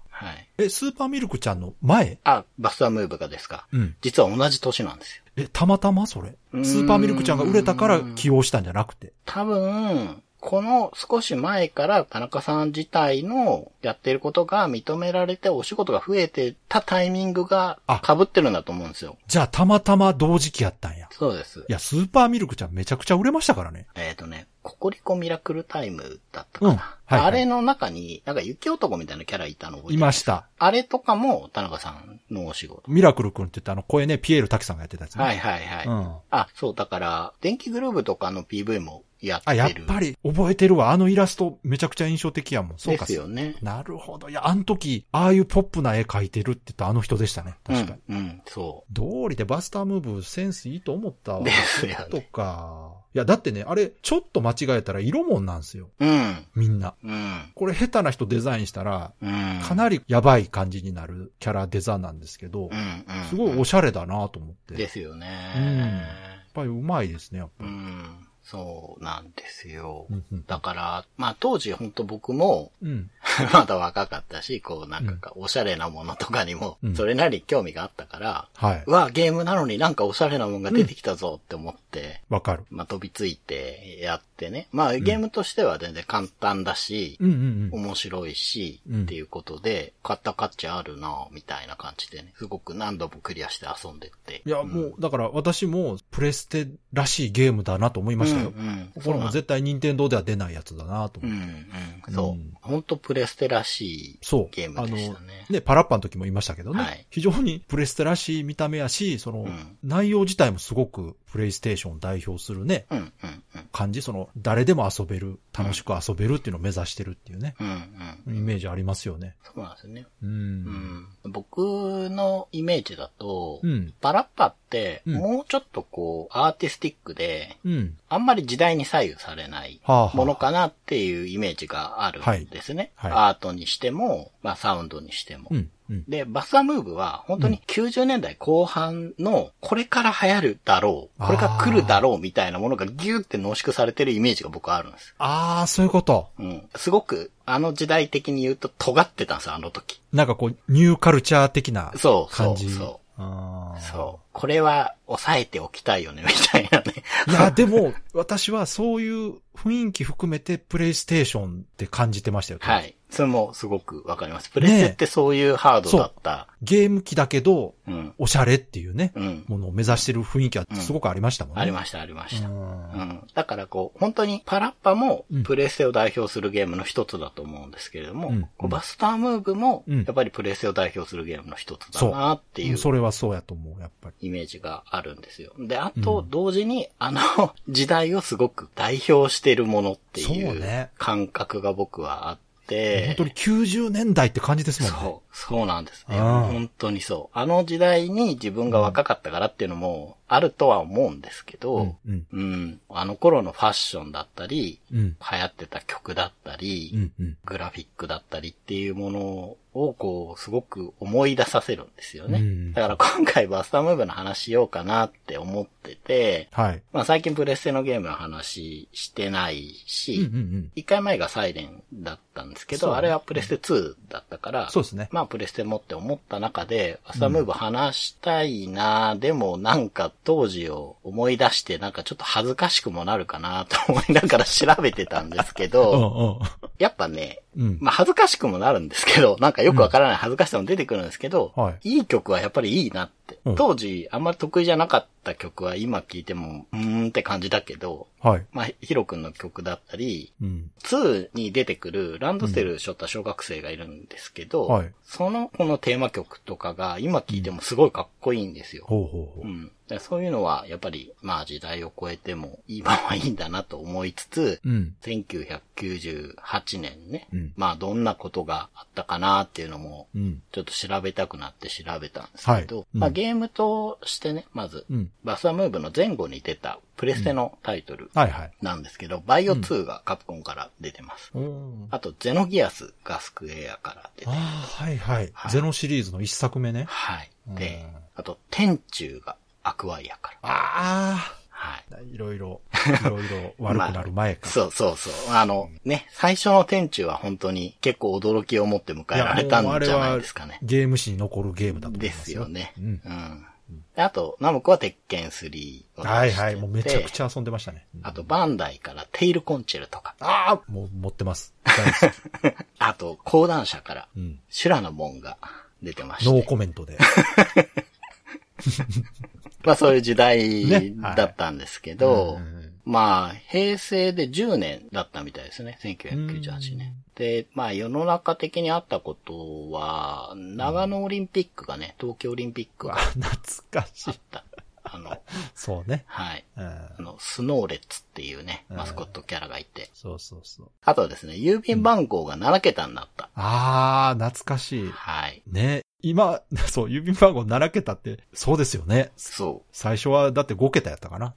スーパーミルクちゃんの前？ バスタームーブがですか。実は同じ年なんですよ。 たまたまそれ？スーパーミルクちゃんが売れたから起用したんじゃなくて？多分、この少し前から田中さん自体のやっていることが認められてお仕事が増えてたタイミングが被ってるんだと思うんですよ。 じゃあたまたま同時期やったんや。 そうです。 いや、スーパーミルクちゃんめちゃくちゃ売れましたからね。 ココリコミラクルタイムだったかな。あれの中に、なんか雪男みたいなキャラいたの覚えてます？いました。あれとかも田中さんのお仕事。 ミラクルくんって言って声ね、ピエール滝さんがやってたやつね。 そう、だから、電気グルーブとかの PV もやってる。 やっぱり覚えてるわ。あのイラストめちゃくちゃ印象的やもん。 そうですよね。 なるほど。いや、あの時、ああいうポップな絵描いてるって言ったあの人でしたね。確かに。そう。道理でバスタームーブセンスいいと思ったわ。 ですよね。 とか。いや、だってね、あれ、ちょっと間違えたら色もんなんですよ。みんな。これ下手な人デザインしたら、かなりやばい感じになるキャラデザなんですけど、すごいおしゃれだなと思って。 ですよね。 やっぱりうまいですね、やっぱり。 そうなんですよ。だから、まあ当時本当僕も、まだ若かったし、こうなんかおしゃれなものとかにも、それなりに興味があったから、うわ、ゲームなのになんかおしゃれなものが出てきたぞって思って、 わかる。 まあ飛びついてやってね。まあゲームとしては全然簡単だし、面白いし、っていうことで、買った価値あるなみたいな感じでね、すごく何度もクリアして遊んでって。 いや、もう、だから私もプレステらしいゲームだなと思いました。これも絶対任天堂では出ないやつだなと思って。 そう。本当プレステらしいゲームでしたね。 パラッパの時も言いましたけどね。非常にプレステらしい見た目やし、その、内容自体もすごくプレイステーションを代表するね、感じ、その、誰でも遊べる、楽しく遊べるっていうのを目指してるっていうね、イメージありますよね。 そうなんですよね。僕のイメージだと、パラッパって、もうちょっとこう、アーティスティックで、あんまり時代に左右されないものかなっていうイメージがあるんですね。アートにしても、まあサウンドにしても。で、バスタームーブは本当に90年代後半のこれから流行るだろう、これから来るだろうみたいなものがギューって濃縮されてるイメージが僕はあるんです。 そういうこと。 すごくあの時代的に言うと尖ってたんですよ、あの時。 なんかこう、ニューカルチャー的な感じ。 そう。これは抑えておきたいよね、みたいなね。 いや、でも、私はそういう雰囲気含めてプレイステーションって感じてましたよ。 それもすごくわかります。プレステってそういうハードだった。 ゲーム機だけど、おしゃれっていうね、ものを目指してる雰囲気はすごくありましたもんね。 ありました。だから本当にパラッパもプレステを代表するゲームの一つだと思うんですけれども、バスタームーブもやっぱりプレステを代表するゲームの一つだなっていう。 それはそうやと思う、やっぱり。 イメージがあるんですよ。で、あと、同時に時代をすごく代表してるものっていう感覚が僕はあって、 本当に90年代って感じですもんね。 そうなんですね。本当にそう。あの時代に自分が若かったからっていうのもあるとは思うんですけど、あの頃のファッションだったり、流行ってた曲だったり、グラフィックだったりっていうものをすごく思い出させるんですよね。だから今回バスタームーブの話しようかなって思ってて、まあ最近プレステのゲームの話してないし、一回前がサイレンだったんですけど、あれはプレステ2だったから、 そうですね。 まあプレステもって思った中で、バスタームーブ話したいな、でもなんか当時を思い出してなんかちょっと恥ずかしくもなるかなと思いながら調べてたんですけど、やっぱね、まあ恥ずかしくもなるんですけど、なんかよくわからない恥ずかしさも出てくるんですけど、いい曲はやっぱりいいなって。当時あんまり得意じゃなかった曲は今聴いても、って感じだけど、まあヒロ君の曲だったり、2に出てくるランドセル背負った小学生がいるんですけど、このテーマ曲とかが今聴いてもすごいかっこいいんですよ。そういうのはやっぱりまあ時代を超えても今はいいんだなと思いつつ、1998年ね、まあどんなことがあったかなっていうのもちょっと調べたくなって調べたんですけど、まあゲームとしてね、まず、バスタームーブの前後に出たプレステのタイトルなんですけど、バイオ2がカプコンから出てます。あとゼノギアスがスクエアから出てます。 ゼノシリーズの一作目ね。 で、あと天柱がアクアイアから。 いろいろ悪くなる前から。 そう。ね、最初の天柱は本当に結構驚きを持って迎えられたんじゃないですかね。 ゲーム史に残るゲームだと思いますですよね。あと、ナムコは鉄拳3を出してて。 もうめちゃくちゃ遊んでましたね。 あと、バンダイからテイルコンチェルとか。 もう持ってます。 あと、講談社から、修羅の門が出てまして。 ノーコメントで。 まあそういう時代だったんですけど、まあ平成で10年だったみたいですね。1998年。で、まあ世の中的にあったことは、長野オリンピックがね、東京オリンピックが懐かしい。 あった。 そうね。 スノーレッツっていうね、マスコットキャラがいて。 そう。 あとですね、郵便番号が7桁になった。 懐かしい。ね。今、郵便番号7桁って、そうですよね。最初はだって5桁やったかな。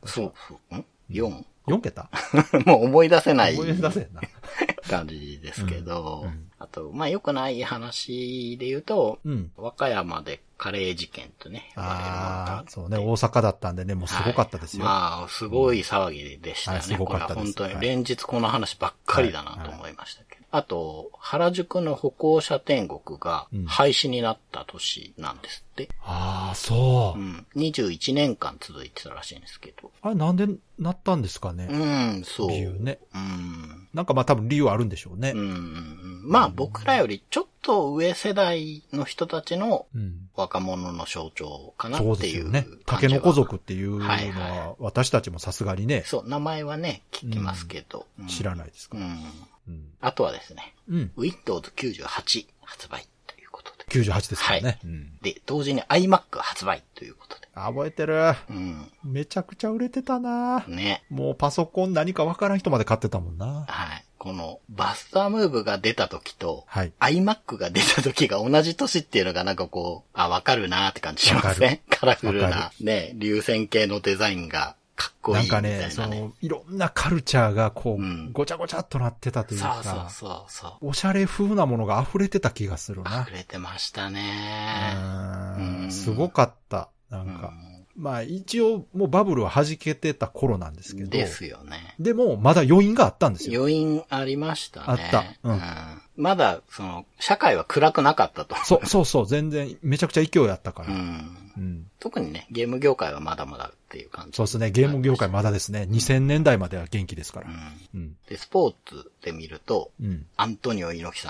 4 桁もう思い出せない。 思い出せんな。 感じですけど、あと、まあ良くない話で言うと、和歌山でカレー事件とね、 そうね、大阪だったんでね、もうすごかったですよ。 まあ、すごい騒ぎでしたね。すごかったです。これは本当に連日この話ばっかりだなと思いましたけど。あと、原宿の歩行者天国が廃止になった年なんですって。 そう。 21年間続いてたらしいんですけど。 あれなんでなったんですかね。 そう。 理由ね。なんかまあ多分理由あるんでしょうね。 まあ僕らよりちょっと上世代の人たちの若者の象徴かなっていう。そうですよね。 竹の子族っていうのは私たちもさすがにね。 そう、名前はね、聞きますけど。 知らないですか。 あとはですね、Windows 98発売ということで。 98ですからね。 で、同時に iMac 発売ということで。 覚えてる。めちゃくちゃ売れてたな。 ね。 もうパソコン何かわからん人まで買ってたもんな。 このバスタームーブが出た時と、iMac が出た時が同じ年っていうのがなんかわかるなーって感じしますね。カラフルな、ね、流線形のデザインがかっこいいみたいなね。 なんかね、いろんなカルチャーがごちゃごちゃっとなってたというか、おしゃれ風なものが溢れてた気がするな。 溢れてましたね。 すごかった。なんか。まあ一応もうバブルは弾けてた頃なんですけど。 ですよね。 でもまだ余韻があったんですよ。 余韻ありましたね。 あった。 まだ社会は暗くなかったと。 そう。全然めちゃくちゃ勢いあったから。 特にね、ゲーム業界はまだまだっていう感じ。 そうですね。ゲーム業界まだですね。2000年代までは元気ですから。 で、スポーツで見ると、アントニオ猪木さんが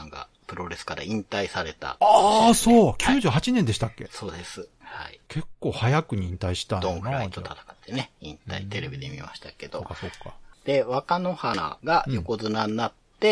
プロレスから引退された。 ああ、そう。98年でしたっけ？ そうです。はい。 結構早くに引退したんだな。 ドンフライと戦ってね、引退テレビで見ましたけど。 そうか。 で、若野花が横綱になって、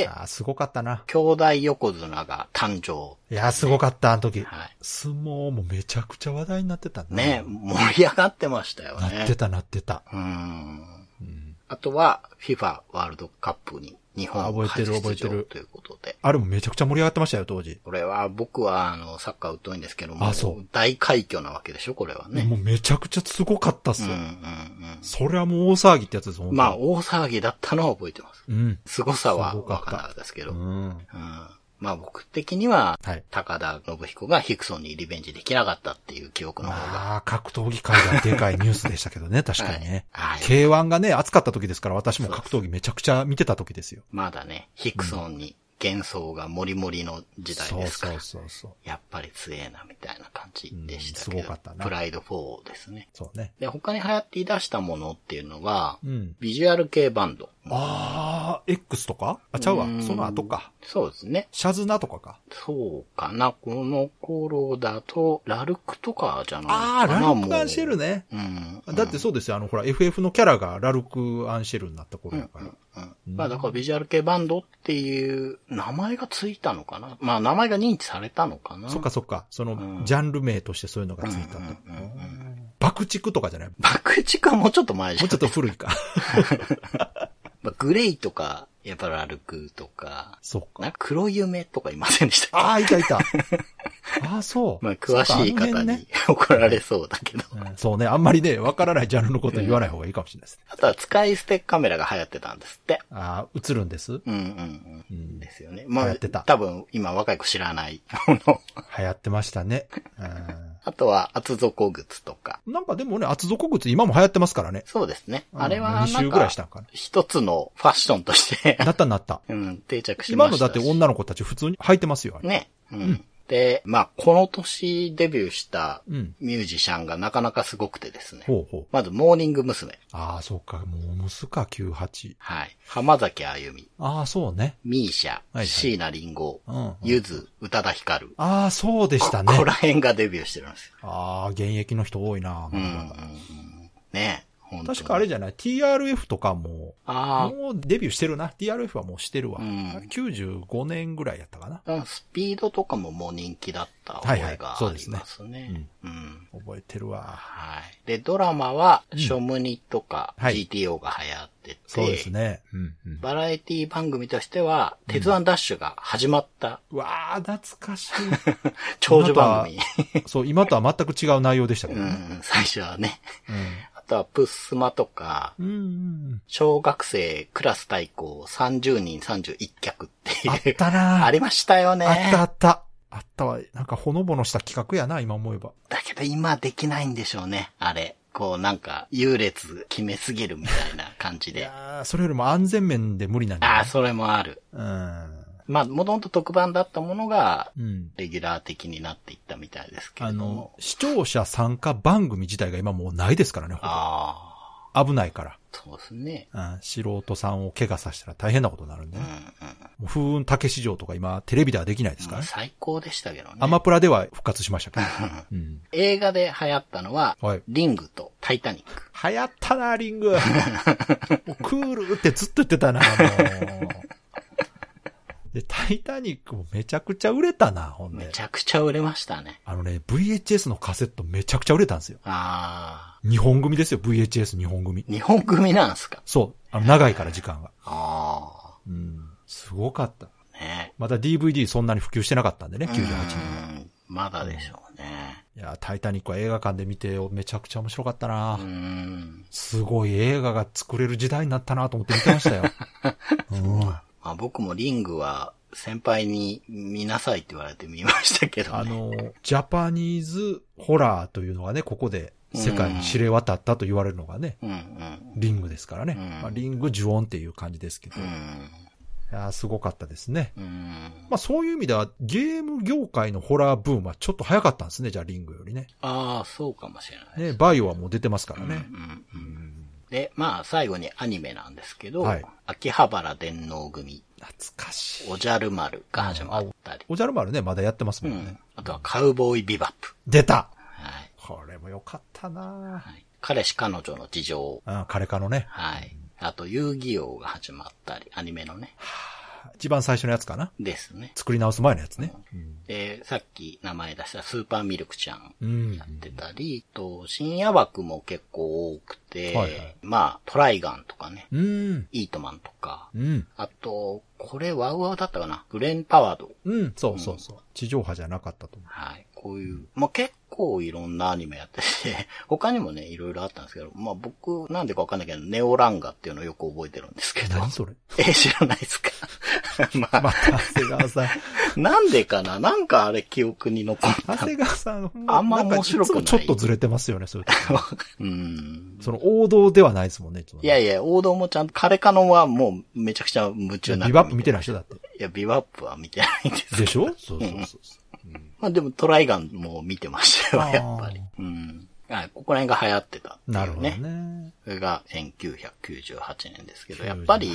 ああ、すごかったな。 兄弟横綱が誕生。 いや、すごかった、あの時。 はい。 相撲もめちゃくちゃ話題になってたね。盛り上がってましたよね。 なってた。 あとは、FIFA ワールドカップに日本初出場ということで。 あれもめちゃくちゃ盛り上がってましたよ、当時。 これは、僕はサッカー疎いんですけども、大快挙なわけでしょ、これはね。 もうめちゃくちゃすごかったっすよ。それはもう大騒ぎってやつです、 まあ、大騒ぎだったのは覚えてます。凄さはわかんなかったですけど。まあ僕的には、高田信彦がヒクソンにリベンジできなかったっていう記憶の方が。 ああ、格闘技界がでかいニュースでしたけどね、確かにね。K1 がね、熱かった時ですから、私も格闘技めちゃくちゃ見てた時ですよ。 まだね、ヒクソンに幻想がモリモリの時代ですから。そう。やっぱり強えな、みたいな感じでしたけど。すごかったな。プライド4ですね。 そうね。 で、他に流行ってい出したものっていうのが、ビジュアル系バンド。 ああ、X とか？ちゃうわ。その後か。 そうですね。 シャズナとかか。 そうかな。この頃だと、ラルクとかじゃないかな。 ああ、ラルク・アンシェルね。だってそうですよ。ほら、FF のキャラがラルク・アンシェルになった頃やから。 まあだからビジュアル系バンドっていう名前がついたのかな。まあ名前が認知されたのかな。 そっか。その、ジャンル名としてそういうのがついたと。爆竹とかじゃない？ 爆竹はもうちょっと前じゃん。 もうちょっと古いか。 グレイとか、やっぱラルクとか、 そうか。 なんか黒夢とかいませんでしたっけ？ ああ、いた。ああ、そう。 まあ、詳しい方に怒られそうだけど。 そうね、あんまりね、わからないジャンルのこと言わない方がいいかもしれないですね。 あとは使い捨てカメラが流行ってたんですって。 ああ、映るんです？ ですよね。まあ、 流行ってた。 多分、今若い子知らないもの。 流行ってましたね。 あとは、厚底靴とか。 なんかでもね、厚底靴今も流行ってますからね。 そうですね。あれは、 2週ぐらいしたんかな。 一つのファッションとしてなった。 定着しました。 今のだって女の子たち普通に履いてますよ。 ね。で、まあ、この年デビューしたミュージシャンがなかなかすごくてですね。まず、モーニング娘。 ああ、そうか。モームスか、98。 はい。浜崎あゆみ。 ああ、そうね。 ミーシャ、椎名林檎、ゆず、宇多田ヒカル。 ああ、そうでしたね。 ここら辺がデビューしてるんですよ。 ああ、現役の人多いな。 ね。 確かあれじゃない ?TRF とかもうデビューしてるな。TRF はもうしてるわ。95年ぐらいやったかな。 スピードとかももう人気だった覚えがありますね。 覚えてるわ。 はい。で、ドラマは、ショムニとか GTO が流行ってて、 そうですね。 バラエティ番組としては、鉄腕ダッシュが始まった。 わー、懐かしい。 長寿番組。 そう、今とは全く違う内容でしたけどね。 最初はね。あとはプッスマとか、小学生クラス対抗30人31脚っていう。 あったなありましたよね。 あったわ。なんかほのぼのした企画やな、今思えば。 だけど今できないんでしょうね、あれ。こうなんか優劣決めすぎるみたいな感じで。 いやそれよりも安全面で無理なんだ、ね。 ああ、それもある。まあ、もともと特番だったものが、レギュラー的になっていったみたいですけれども。 視聴者参加番組自体が今もうないですからね。危ないから。 そうですね。 素人さんを怪我させたら大変なことになるんで、ね。もう風雲竹市場とか今テレビではできないですからね。 最高でしたけどね。 アマプラでは復活しましたけど。 映画で流行ったのは、リングとタイタニック。 流行ったな、リング。クールってずっと言ってたな、もう。で、タイタニックもめちゃくちゃ売れたな、ほんで。 めちゃくちゃ売れましたね。 VHS のカセットめちゃくちゃ売れたんですよ。日本組ですよ、VHS 日本組。 日本組なんすか？ そう。長いから時間が。すごかった。ね。まだ DVD そんなに普及してなかったんでね、98年。 まだでしょうね。 いや、タイタニックは映画館で見てめちゃくちゃ面白かったな。すごい映画が作れる時代になったなと思って見てましたよ。 僕もリングは先輩に見なさいって言われて見ましたけどね。 ジャパニーズホラーというのがね、ここで世界に知れ渡ったと言われるのがね、リングですからね。リング呪音っていう感じですけど。いや、すごかったですね。まあそういう意味ではゲーム業界のホラーブームはちょっと早かったんですね、じゃあリングよりね。 ああ、そうかもしれない。 ね、バイオはもう出てますからね。 で、まあ最後にアニメなんですけど、はい、秋葉原電脳組。 懐かしい。 おじゃる丸が始まったり。 おじゃる丸ね、まだやってますもんね。 あとはカウボーイビバップ。 出た、はい、これもよかったな、はい、 彼氏彼女の事情。 彼かのね。 はい。あと遊戯王が始まったり、アニメのね。 一番最初のやつかなですね。 作り直す前のやつね。 で、さっき名前出したスーパーミルクちゃんやってたり、深夜枠も結構多くて、はいはい、まあ、トライガンとかね、イートマンとか、あと、これワウワウだったかな、ブレンパワード。 そうそうそう。地上波じゃなかったと思う。 はい。こういう、まあ結構いろんなアニメやってて、他にもね、いろいろあったんですけど、まあ僕、なんでかわかんないけど、ネオランガっていうのをよく覚えてるんですけど。 何それ？ 知らないですか？ また、長谷川さん。なんでかな？なんかあれ記憶に残った。 長谷川さん、 あんま面白くない。 いつもちょっとずれてますよね、そういう時。その王道ではないですもんね、 いやいや、王道もちゃんと、カレカノはもうめちゃくちゃ夢中な。 ビバップ見てない人だって。 いや、ビバップは見てないんですけど。 でしょ？そうそうそう。 まあでもトライガンも見てましたよ、やっぱり。はい、ここら辺が流行ってたっていうね。なるほどね。それが1998年ですけど、やっぱり、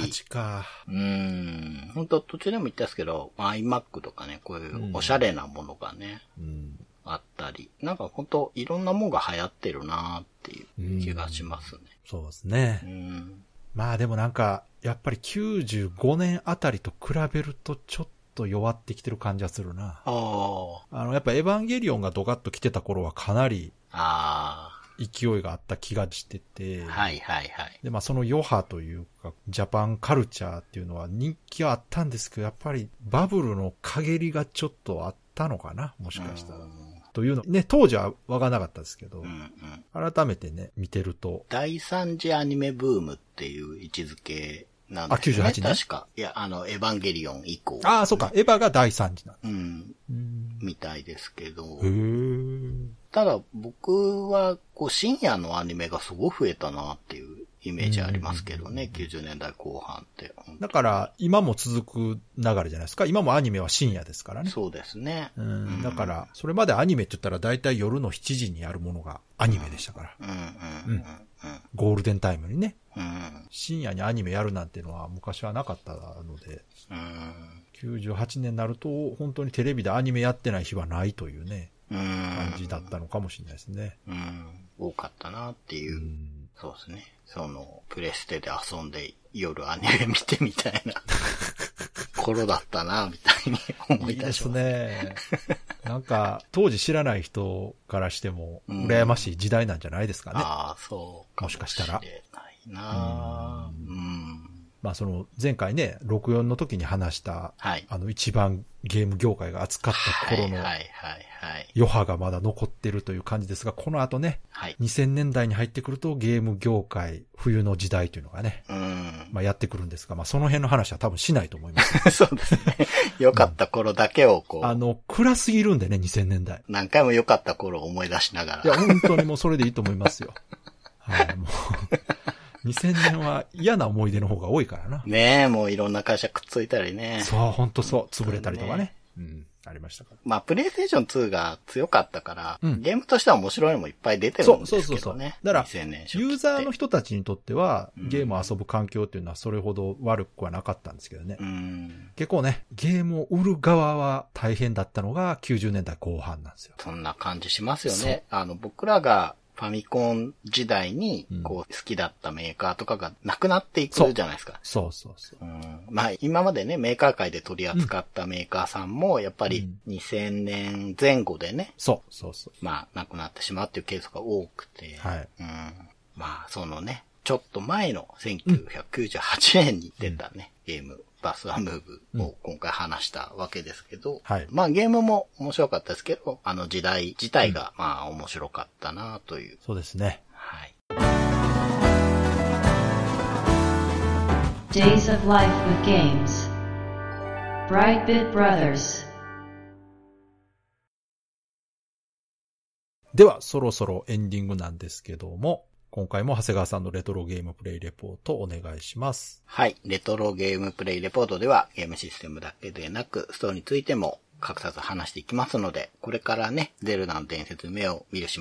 本当途中でも言ったんですけど、iMac とかね、こういうおしゃれなものがね、あったり、なんか本当いろんなものが流行ってるなっていう気がしますね。 そうですね。まあでもなんか、やっぱり95年あたりと比べるとちょっと弱ってきてる感じはするな。やっぱエヴァンゲリオンがドカッと来てた頃はかなり、勢いがあった気がしてて、 はいはいはい。 で、まあその余波というか、ジャパンカルチャーっていうのは人気はあったんですけど、やっぱりバブルの陰りがちょっとあったのかな、もしかしたら。というの、ね、当時はわからなかったですけど、改めてね、見てると。 第三次アニメブームっていう位置づけなんですね。98年確か。いや、エヴァンゲリオン以降、ね。 ああ、そうか。エヴァが第3次なんみたいですけど。ただ、僕は、深夜のアニメがすごい増えたなっていうイメージありますけどね。90年代後半って。 だから、今も続く流れじゃないですか。今もアニメは深夜ですからね。 そうですね。 だから、それまでアニメって言ったら大体夜の7時にやるものがアニメでしたから。ゴールデンタイムにね。深夜にアニメやるなんていうのは昔はなかったので、98年になると本当にテレビでアニメやってない日はないというね、感じだったのかもしれないですね。 多かったなっていう。そうですね。プレステで遊んで夜アニメ見てみたいな頃だったな、みたいに思い出します。いいですね。なんか、当時知らない人からしても、羨ましい時代なんじゃないですかね。 ああ、そうかもしかしたら。ないな。 まあ前回ね、64の時に話した、一番ゲーム業界が熱かった頃の余波がまだ残ってるという感じですが、この後ね、2000年代に入ってくるとゲーム業界冬の時代というのがね、まあやってくるんですが、まあその辺の話は多分しないと思います。 そうですね。良かった頃だけを暗すぎるんでね、2000年代。 何回も良かった頃を思い出しながら。 いや、本当にもうそれでいいと思いますよ。はい、もう。2000年は嫌な思い出の方が多いからな。 ねえ、もういろんな会社くっついたりね。 そう、ほんとそう。潰れたりとかね。ありましたから。 まあ、プレイステーション2が強かったから、ゲームとしては面白いのもいっぱい出てるんですけどね。そう。 だから、ユーザーの人たちにとっては、ゲームを遊ぶ環境っていうのはそれほど悪くはなかったんですけどね。結構ね、ゲームを売る側は大変だったのが90年代後半なんですよ。 そんな感じしますよね。僕らが、ファミコン時代に、好きだったメーカーとかがなくなっていくじゃないですか。 そう。 まあ、今までね、メーカー界で取り扱ったメーカーさんも、やっぱり2000年前後でね。 そう。 まあ、なくなってしまうっていうケースが多くて。まあ、ちょっと前の1998年に出たね、ゲーム。バスアムーブを今回話したわけですけど、まあゲームも面白かったですけど、時代自体がまあ面白かったなという。 そうですね。 はい。 Days of Life with Games Brightbit Brothers ではそろそろエンディングなんですけども、今回も長谷川さんのレトロゲームプレイレポートお願いします。 はい。レトロゲームプレイレポートではゲームシステムだけでなくストーリーについても隠さず話していきますので、これからね、ゼルダの伝説目を見る島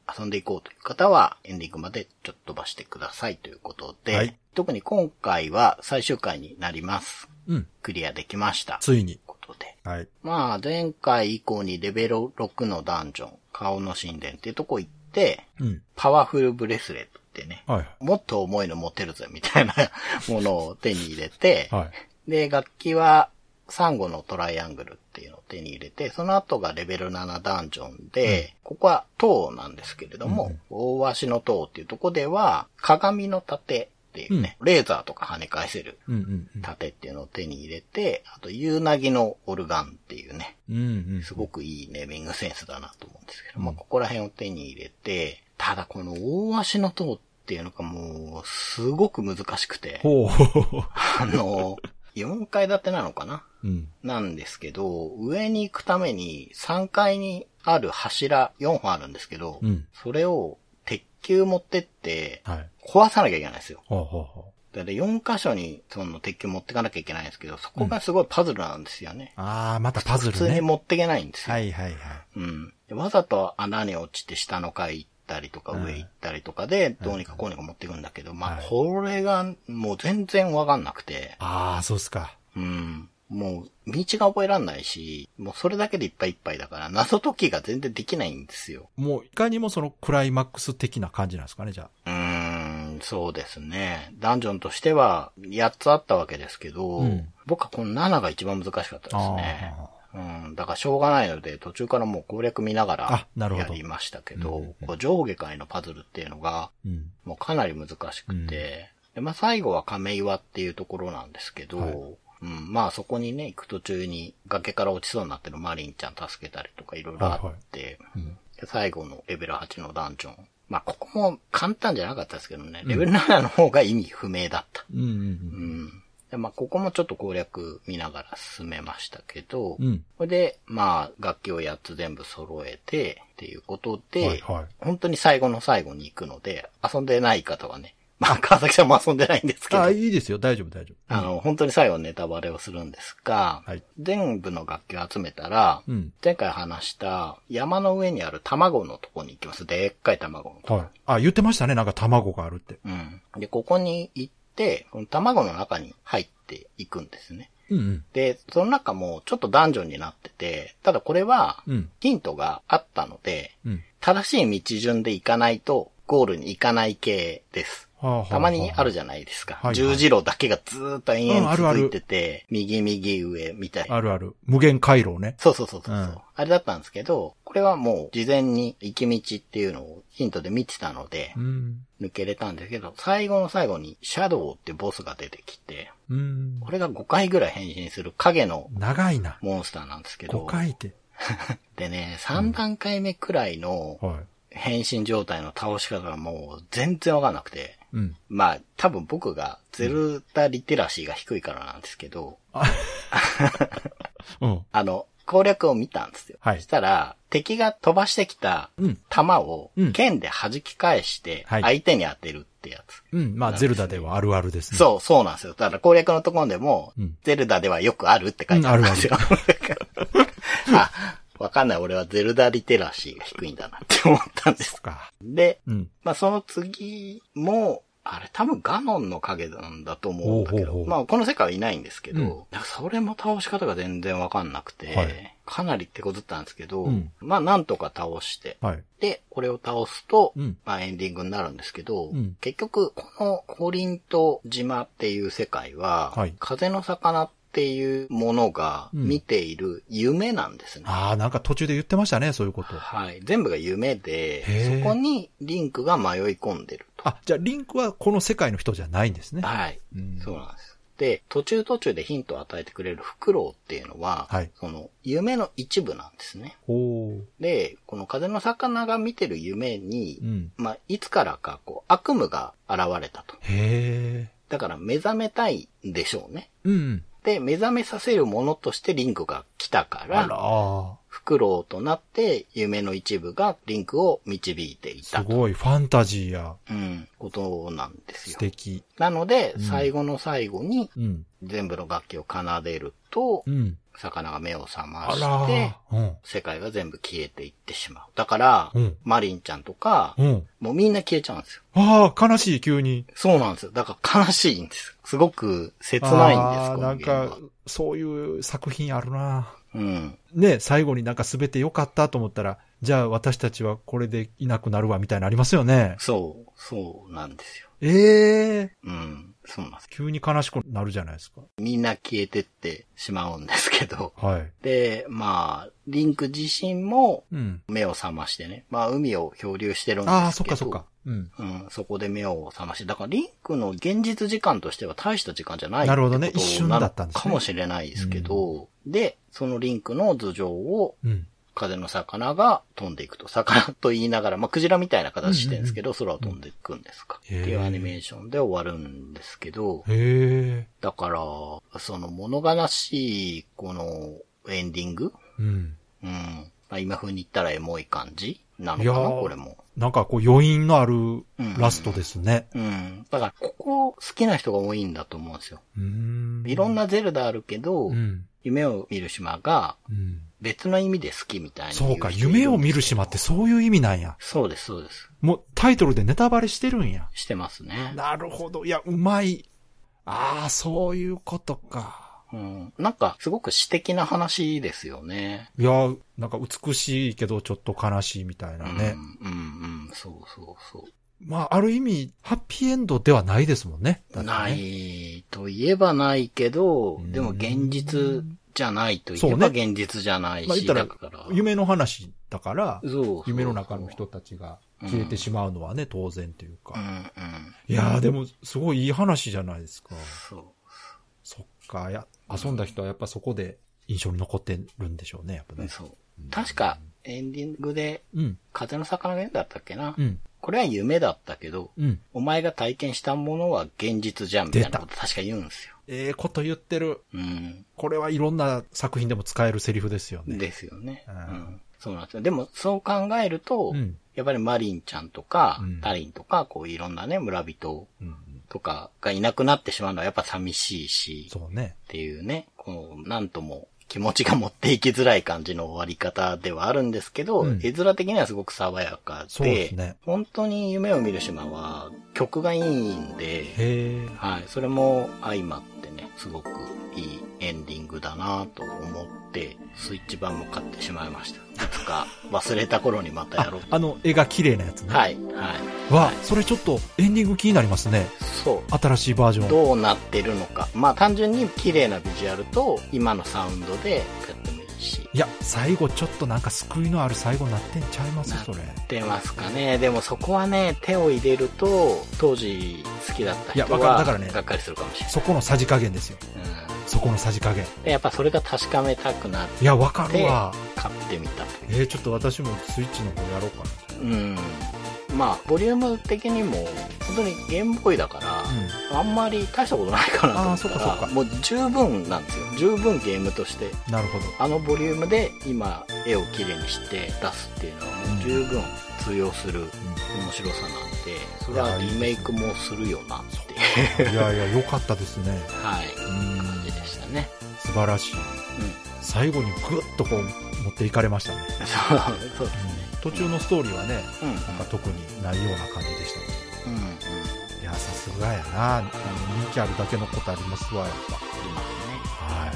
遊んでいこうという方は、エンディングまでちょっと飛ばしてくださいということで、はい、特に今回は最終回になります。うん。クリアできました。 ついに。 ということで。 はい。 まあ、前回以降にレベル6のダンジョン、顔の神殿っていうとこ行って、うん、パワフルブレスレットってね、はい、もっと重いの持てるぜみたいなものを手に入れて、はい、で、楽器はサンゴのトライアングルっていうのを手に入れて、その後がレベル7ダンジョンで、うん、ここは塔なんですけれども、うん、大足の塔っていうとこでは、鏡の盾っていうね、うん、レーザーとか跳ね返せる盾っていうのを手に入れて、あと、ユーナギのオルガンっていうね、すごくいいネーミングセンスだなと思うんですけど、まあ、ここら辺を手に入れて、ただこの大足の塔っていうのがもう、すごく難しくて、4階建てなのかな、うん、なんですけど、上に行くために3階にある柱4本あるんですけど、うん、それを鉄球持ってって、壊さなきゃいけないんですよ。だから4箇所にその鉄球持ってかなきゃいけないんですけど、そこがすごいパズルなんですよね。 ああ、またパズルね。 普通に持っていけないんですよ。 はいはいはい。 うん。わざと穴に落ちて下の階行ったりとか上行ったりとかで、どうにかこうにか持っていくんだけど、まあこれがもう全然わかんなくて。 ああ、そうっすか。 うん。もう、道が覚えらんないし、もうそれだけでいっぱいいっぱいだから、謎解きが全然できないんですよ。 もう、いかにもそのクライマックス的な感じなんですかね、じゃあ。 そうですね。ダンジョンとしては、8つあったわけですけど、僕はこの7が一番難しかったですね。だからしょうがないので、途中からもう攻略見ながらやりましたけど、こう上下界のパズルっていうのが、もうかなり難しくて、でまあ最後は亀岩っていうところなんですけど、まあそこにね、行く途中に崖から落ちそうになってるマリンちゃん助けたりとかいろいろあって、で最後のレベル8のダンジョン。まあここも簡単じゃなかったですけどね、レベル7の方が意味不明だった。でまあここもちょっと攻略見ながら進めましたけど、これでまあ楽器を8つ全部揃えてっていうことで、本当に最後の最後に行くので、遊んでない方はね、まあ、川崎さんも遊んでないんですけど。 いいですよ。大丈夫、大丈夫。本当に最後ネタバレをするんですが、全部の楽器を集めたら、前回話した山の上にある卵のとこに行きます。でっかい卵のとこ。 言ってましたね。なんか卵があるって。 で、ここに行って、この卵の中に入っていくんですね。で、その中もちょっとダンジョンになってて、ただこれは、ヒントがあったので、正しい道順で行かないと、ゴールに行かない系です。たまにあるじゃないですか。十字路だけがずーっと延々続いてて、右右上みたいな。 あるある。無限回廊ね。 そう。あれだったんですけど、これはもう事前に行き道っていうのをヒントで見てたので、抜けれたんですけど、最後の最後にシャドウってボスが出てきて、これが5回ぐらい変身する影の長いなモンスターなんですけど。 5回って。 でね、3段階目くらいの変身状態の倒し方がもう全然わかんなくて、まあ多分僕がゼルダリテラシーが低いからなんですけど、攻略を見たんですよ。そしたら敵が飛ばしてきた弾を剣で弾き返して相手に当てるってやつ。 まあゼルダではあるあるですね。 そうなんですよ。ただ攻略のところでも、ゼルダではよくあるって書いてあるんですよ。わかんない。俺はゼルダリテラシーが低いんだなって思ったんです。で、まあその次も、あれ多分ガノンの影なんだと思うんだけど、まあこの世界はいないんですけど、それも倒し方が全然わかんなくて、かなり手こずったんですけど、まあなんとか倒して、で、これを倒すと、まあエンディングになるんですけど、結局このコリント島っていう世界は、風の魚っていうものが見ている夢なんですね。 なんか途中で言ってましたね、そういうこと。 全部が夢で、そこにリンクが迷い込んでると。 じゃあリンクはこの世界の人じゃないんですね。 そうなんです。で、途中でヒントを与えてくれるフクロウっていうのは、その夢の一部なんですね。で、この風の魚が見てる夢に、まあ、いつからかこう悪夢が現れたと。だから目覚めたいんでしょうね。で、目覚めさせるものとしてリンクが来たから、フクロウとなって夢の一部がリンクを導いていたと。 すごい、ファンタジーや。 ことなんですよ。 素敵。 なので、最後の最後に、全部の楽器を奏でると、 魚が目を覚まして、世界が全部消えていってしまう。だから、マリンちゃんとか、もうみんな消えちゃうんですよ。 ああ、悲しい、急に。 そうなんですよ。だから悲しいんです。すごく切ないんです、 なんか、そういう作品あるな。 うん。 ね、最後になんか全て良かったと思ったら、じゃあ私たちはこれでいなくなるわみたいなのありますよね。 そうなんですよ。うん。そうなんです。 急に悲しくなるじゃないですか。 みんな消えてってしまうんですけど。 はい。 で、まあ、リンク自身も、目を覚ましてね。まあ、海を漂流してるんですけど。 ああ、そっかそっか。 そこで目を覚まして。だから、リンクの現実時間としては大した時間じゃない。 なるほどね。一瞬だったんですね。 かもしれないですけど、で、そのリンクの頭上を、風の魚が飛んでいくと。魚と言いながら、まあ、クジラみたいな形してるんですけど、空を飛んでいくんですか。っていうアニメーションで終わるんですけど、だから、その物悲しい、このエンディング、まあ、今風に言ったらエモい感じなのかな、これも。 なんかこう余韻のあるラストですね。 だからここ好きな人が多いんだと思うんですよ。いろんなゼルダあるけど、夢を見る島が別の意味で好きみたいな。 そうか、夢を見る島ってそういう意味なんや。 そうです、そうです。 もうタイトルでネタバレしてるんや。 してますね。 なるほど。いや、うまい。ああ、そういうことか。 なんか、すごく詩的な話ですよね。 いや、なんか美しいけどちょっと悲しいみたいなね。 そう。 まあ、ある意味、ハッピーエンドではないですもんね。 ないといえばないけど、でも現実じゃないといえば現実じゃないし。まあ、言ったら、 夢の話だから、夢の中の人たちが消えてしまうのはね、当然というか。いやー、でも、すごいいい話じゃないですか。そっか、遊んだ人はやっぱそこで印象に残ってるんでしょうね、やっぱね。 確か、エンディングで、風の魚がだったっけな。これは夢だったけど、お前が体験したものは現実じゃん、みたいなこと確か言うんですよ。 こと言ってる。これはいろんな作品でも使えるセリフですよね。 ですよね。そうなんですよ。でも、そう考えると、やっぱりマリンちゃんとか、タリンとか、こういろんなね、村人とかがいなくなってしまうのはやっぱ寂しいし、 そうね。 っていうね、こう、なんとも気持ちが持っていきづらい感じの終わり方ではあるんですけど、絵面的にはすごく爽やかで、本当に夢を見る島は曲がいいんで、はい、それも相まってね、すごくいいエンディングだなと思って、スイッチ版も買ってしまいました。いつか忘れた頃にまたやろうと。 絵が綺麗なやつね。 はい。 それちょっとエンディング気になりますね。 そう。 新しいバージョン。 どうなってるのか。まあ単純に綺麗なビジュアルと今のサウンドでやってもいいし。 いや、最後ちょっとなんか救いのある最後になってんちゃいますそれ。 なってますかね。でもそこはね、手を入れると、当時好きだった人は、だからね、がっかりするかもしれない。 そこのさじ加減ですよ。そこのさじ加減。 やっぱそれが確かめたくなって。 いや、わかるわ。 買ってみた。 ちょっと私もスイッチの方やろうかな。 まあ、ボリューム的にも、本当にゲームボーイだから、あんまり大したことないかなと思ったら、もう十分なんですよ。十分ゲームとして。 なるほど。 あのボリュームで今、絵をきれいにして出すっていうのは、もう十分通用する面白さなんで、それはリメイクもするよなっていう。 いやいや、良かったですね。 はい。感じでしたね。 素晴らしい。最後にグッとこう、持っていかれましたね。 そうですね。 途中のストーリーはね、なんか特にないような感じでしたけど。いや、さすがやな。人気あるだけのことありますわ、やっぱ。 ありますね。 はい。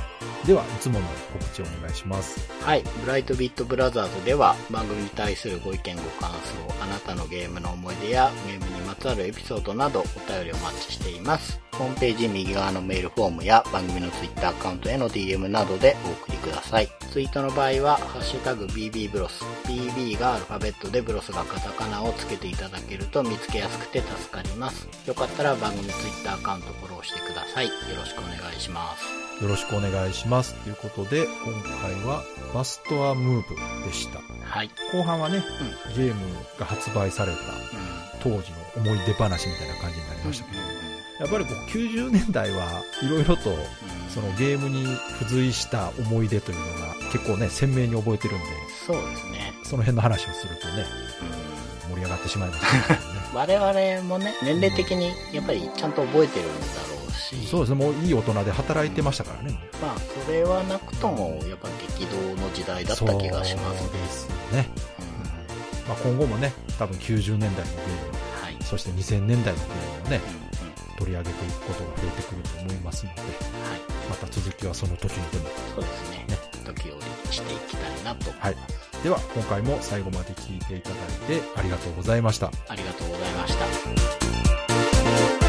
では、いつもの告知をお願いします。 はい。ブライトビットブラザーズでは、番組に対するご意見ご感想、あなたのゲームの思い出や、ゲームにまつわるエピソードなど、お便りをお待ちしています。ホームページ右側のメールフォームや番組のツイッターアカウントへの DM などでお送りください。ツイートの場合は、ハッシュタグ BB ブロス。BB がアルファベットでブロスがカタカナをつけていただけると見つけやすくて助かります。よかったら番組ツイッターアカウントフォローしてください。よろしくお願いします。 よろしくお願いします。ということで、今回はバストアムーブでした。 はい。 後半はね、ゲームが発売された当時の思い出話みたいな感じになりましたけど、やっぱりこう90年代はいろいろとそのゲームに付随した思い出というのが結構ね鮮明に覚えてるんで、 そうですね。 その辺の話をするとね、盛り上がってしまいましたけどね。 我々もね、年齢的にやっぱりちゃんと覚えてるんだろうし。 そうですね、もういい大人で働いてましたからね。 まあ、それはなくとも、やっぱ激動の時代だった気がしますね。 そうですね。まあ、今後もね、多分90年代のゲーム、はい、そして2000年代のゲームをね、取り上げていくことが増えてくると思いますので、はい、また続きはその時にでも。 そうですね。時折していきたいなと思います。はい。 では、今回も最後まで聞いていただいてありがとうございました。 ありがとうございました。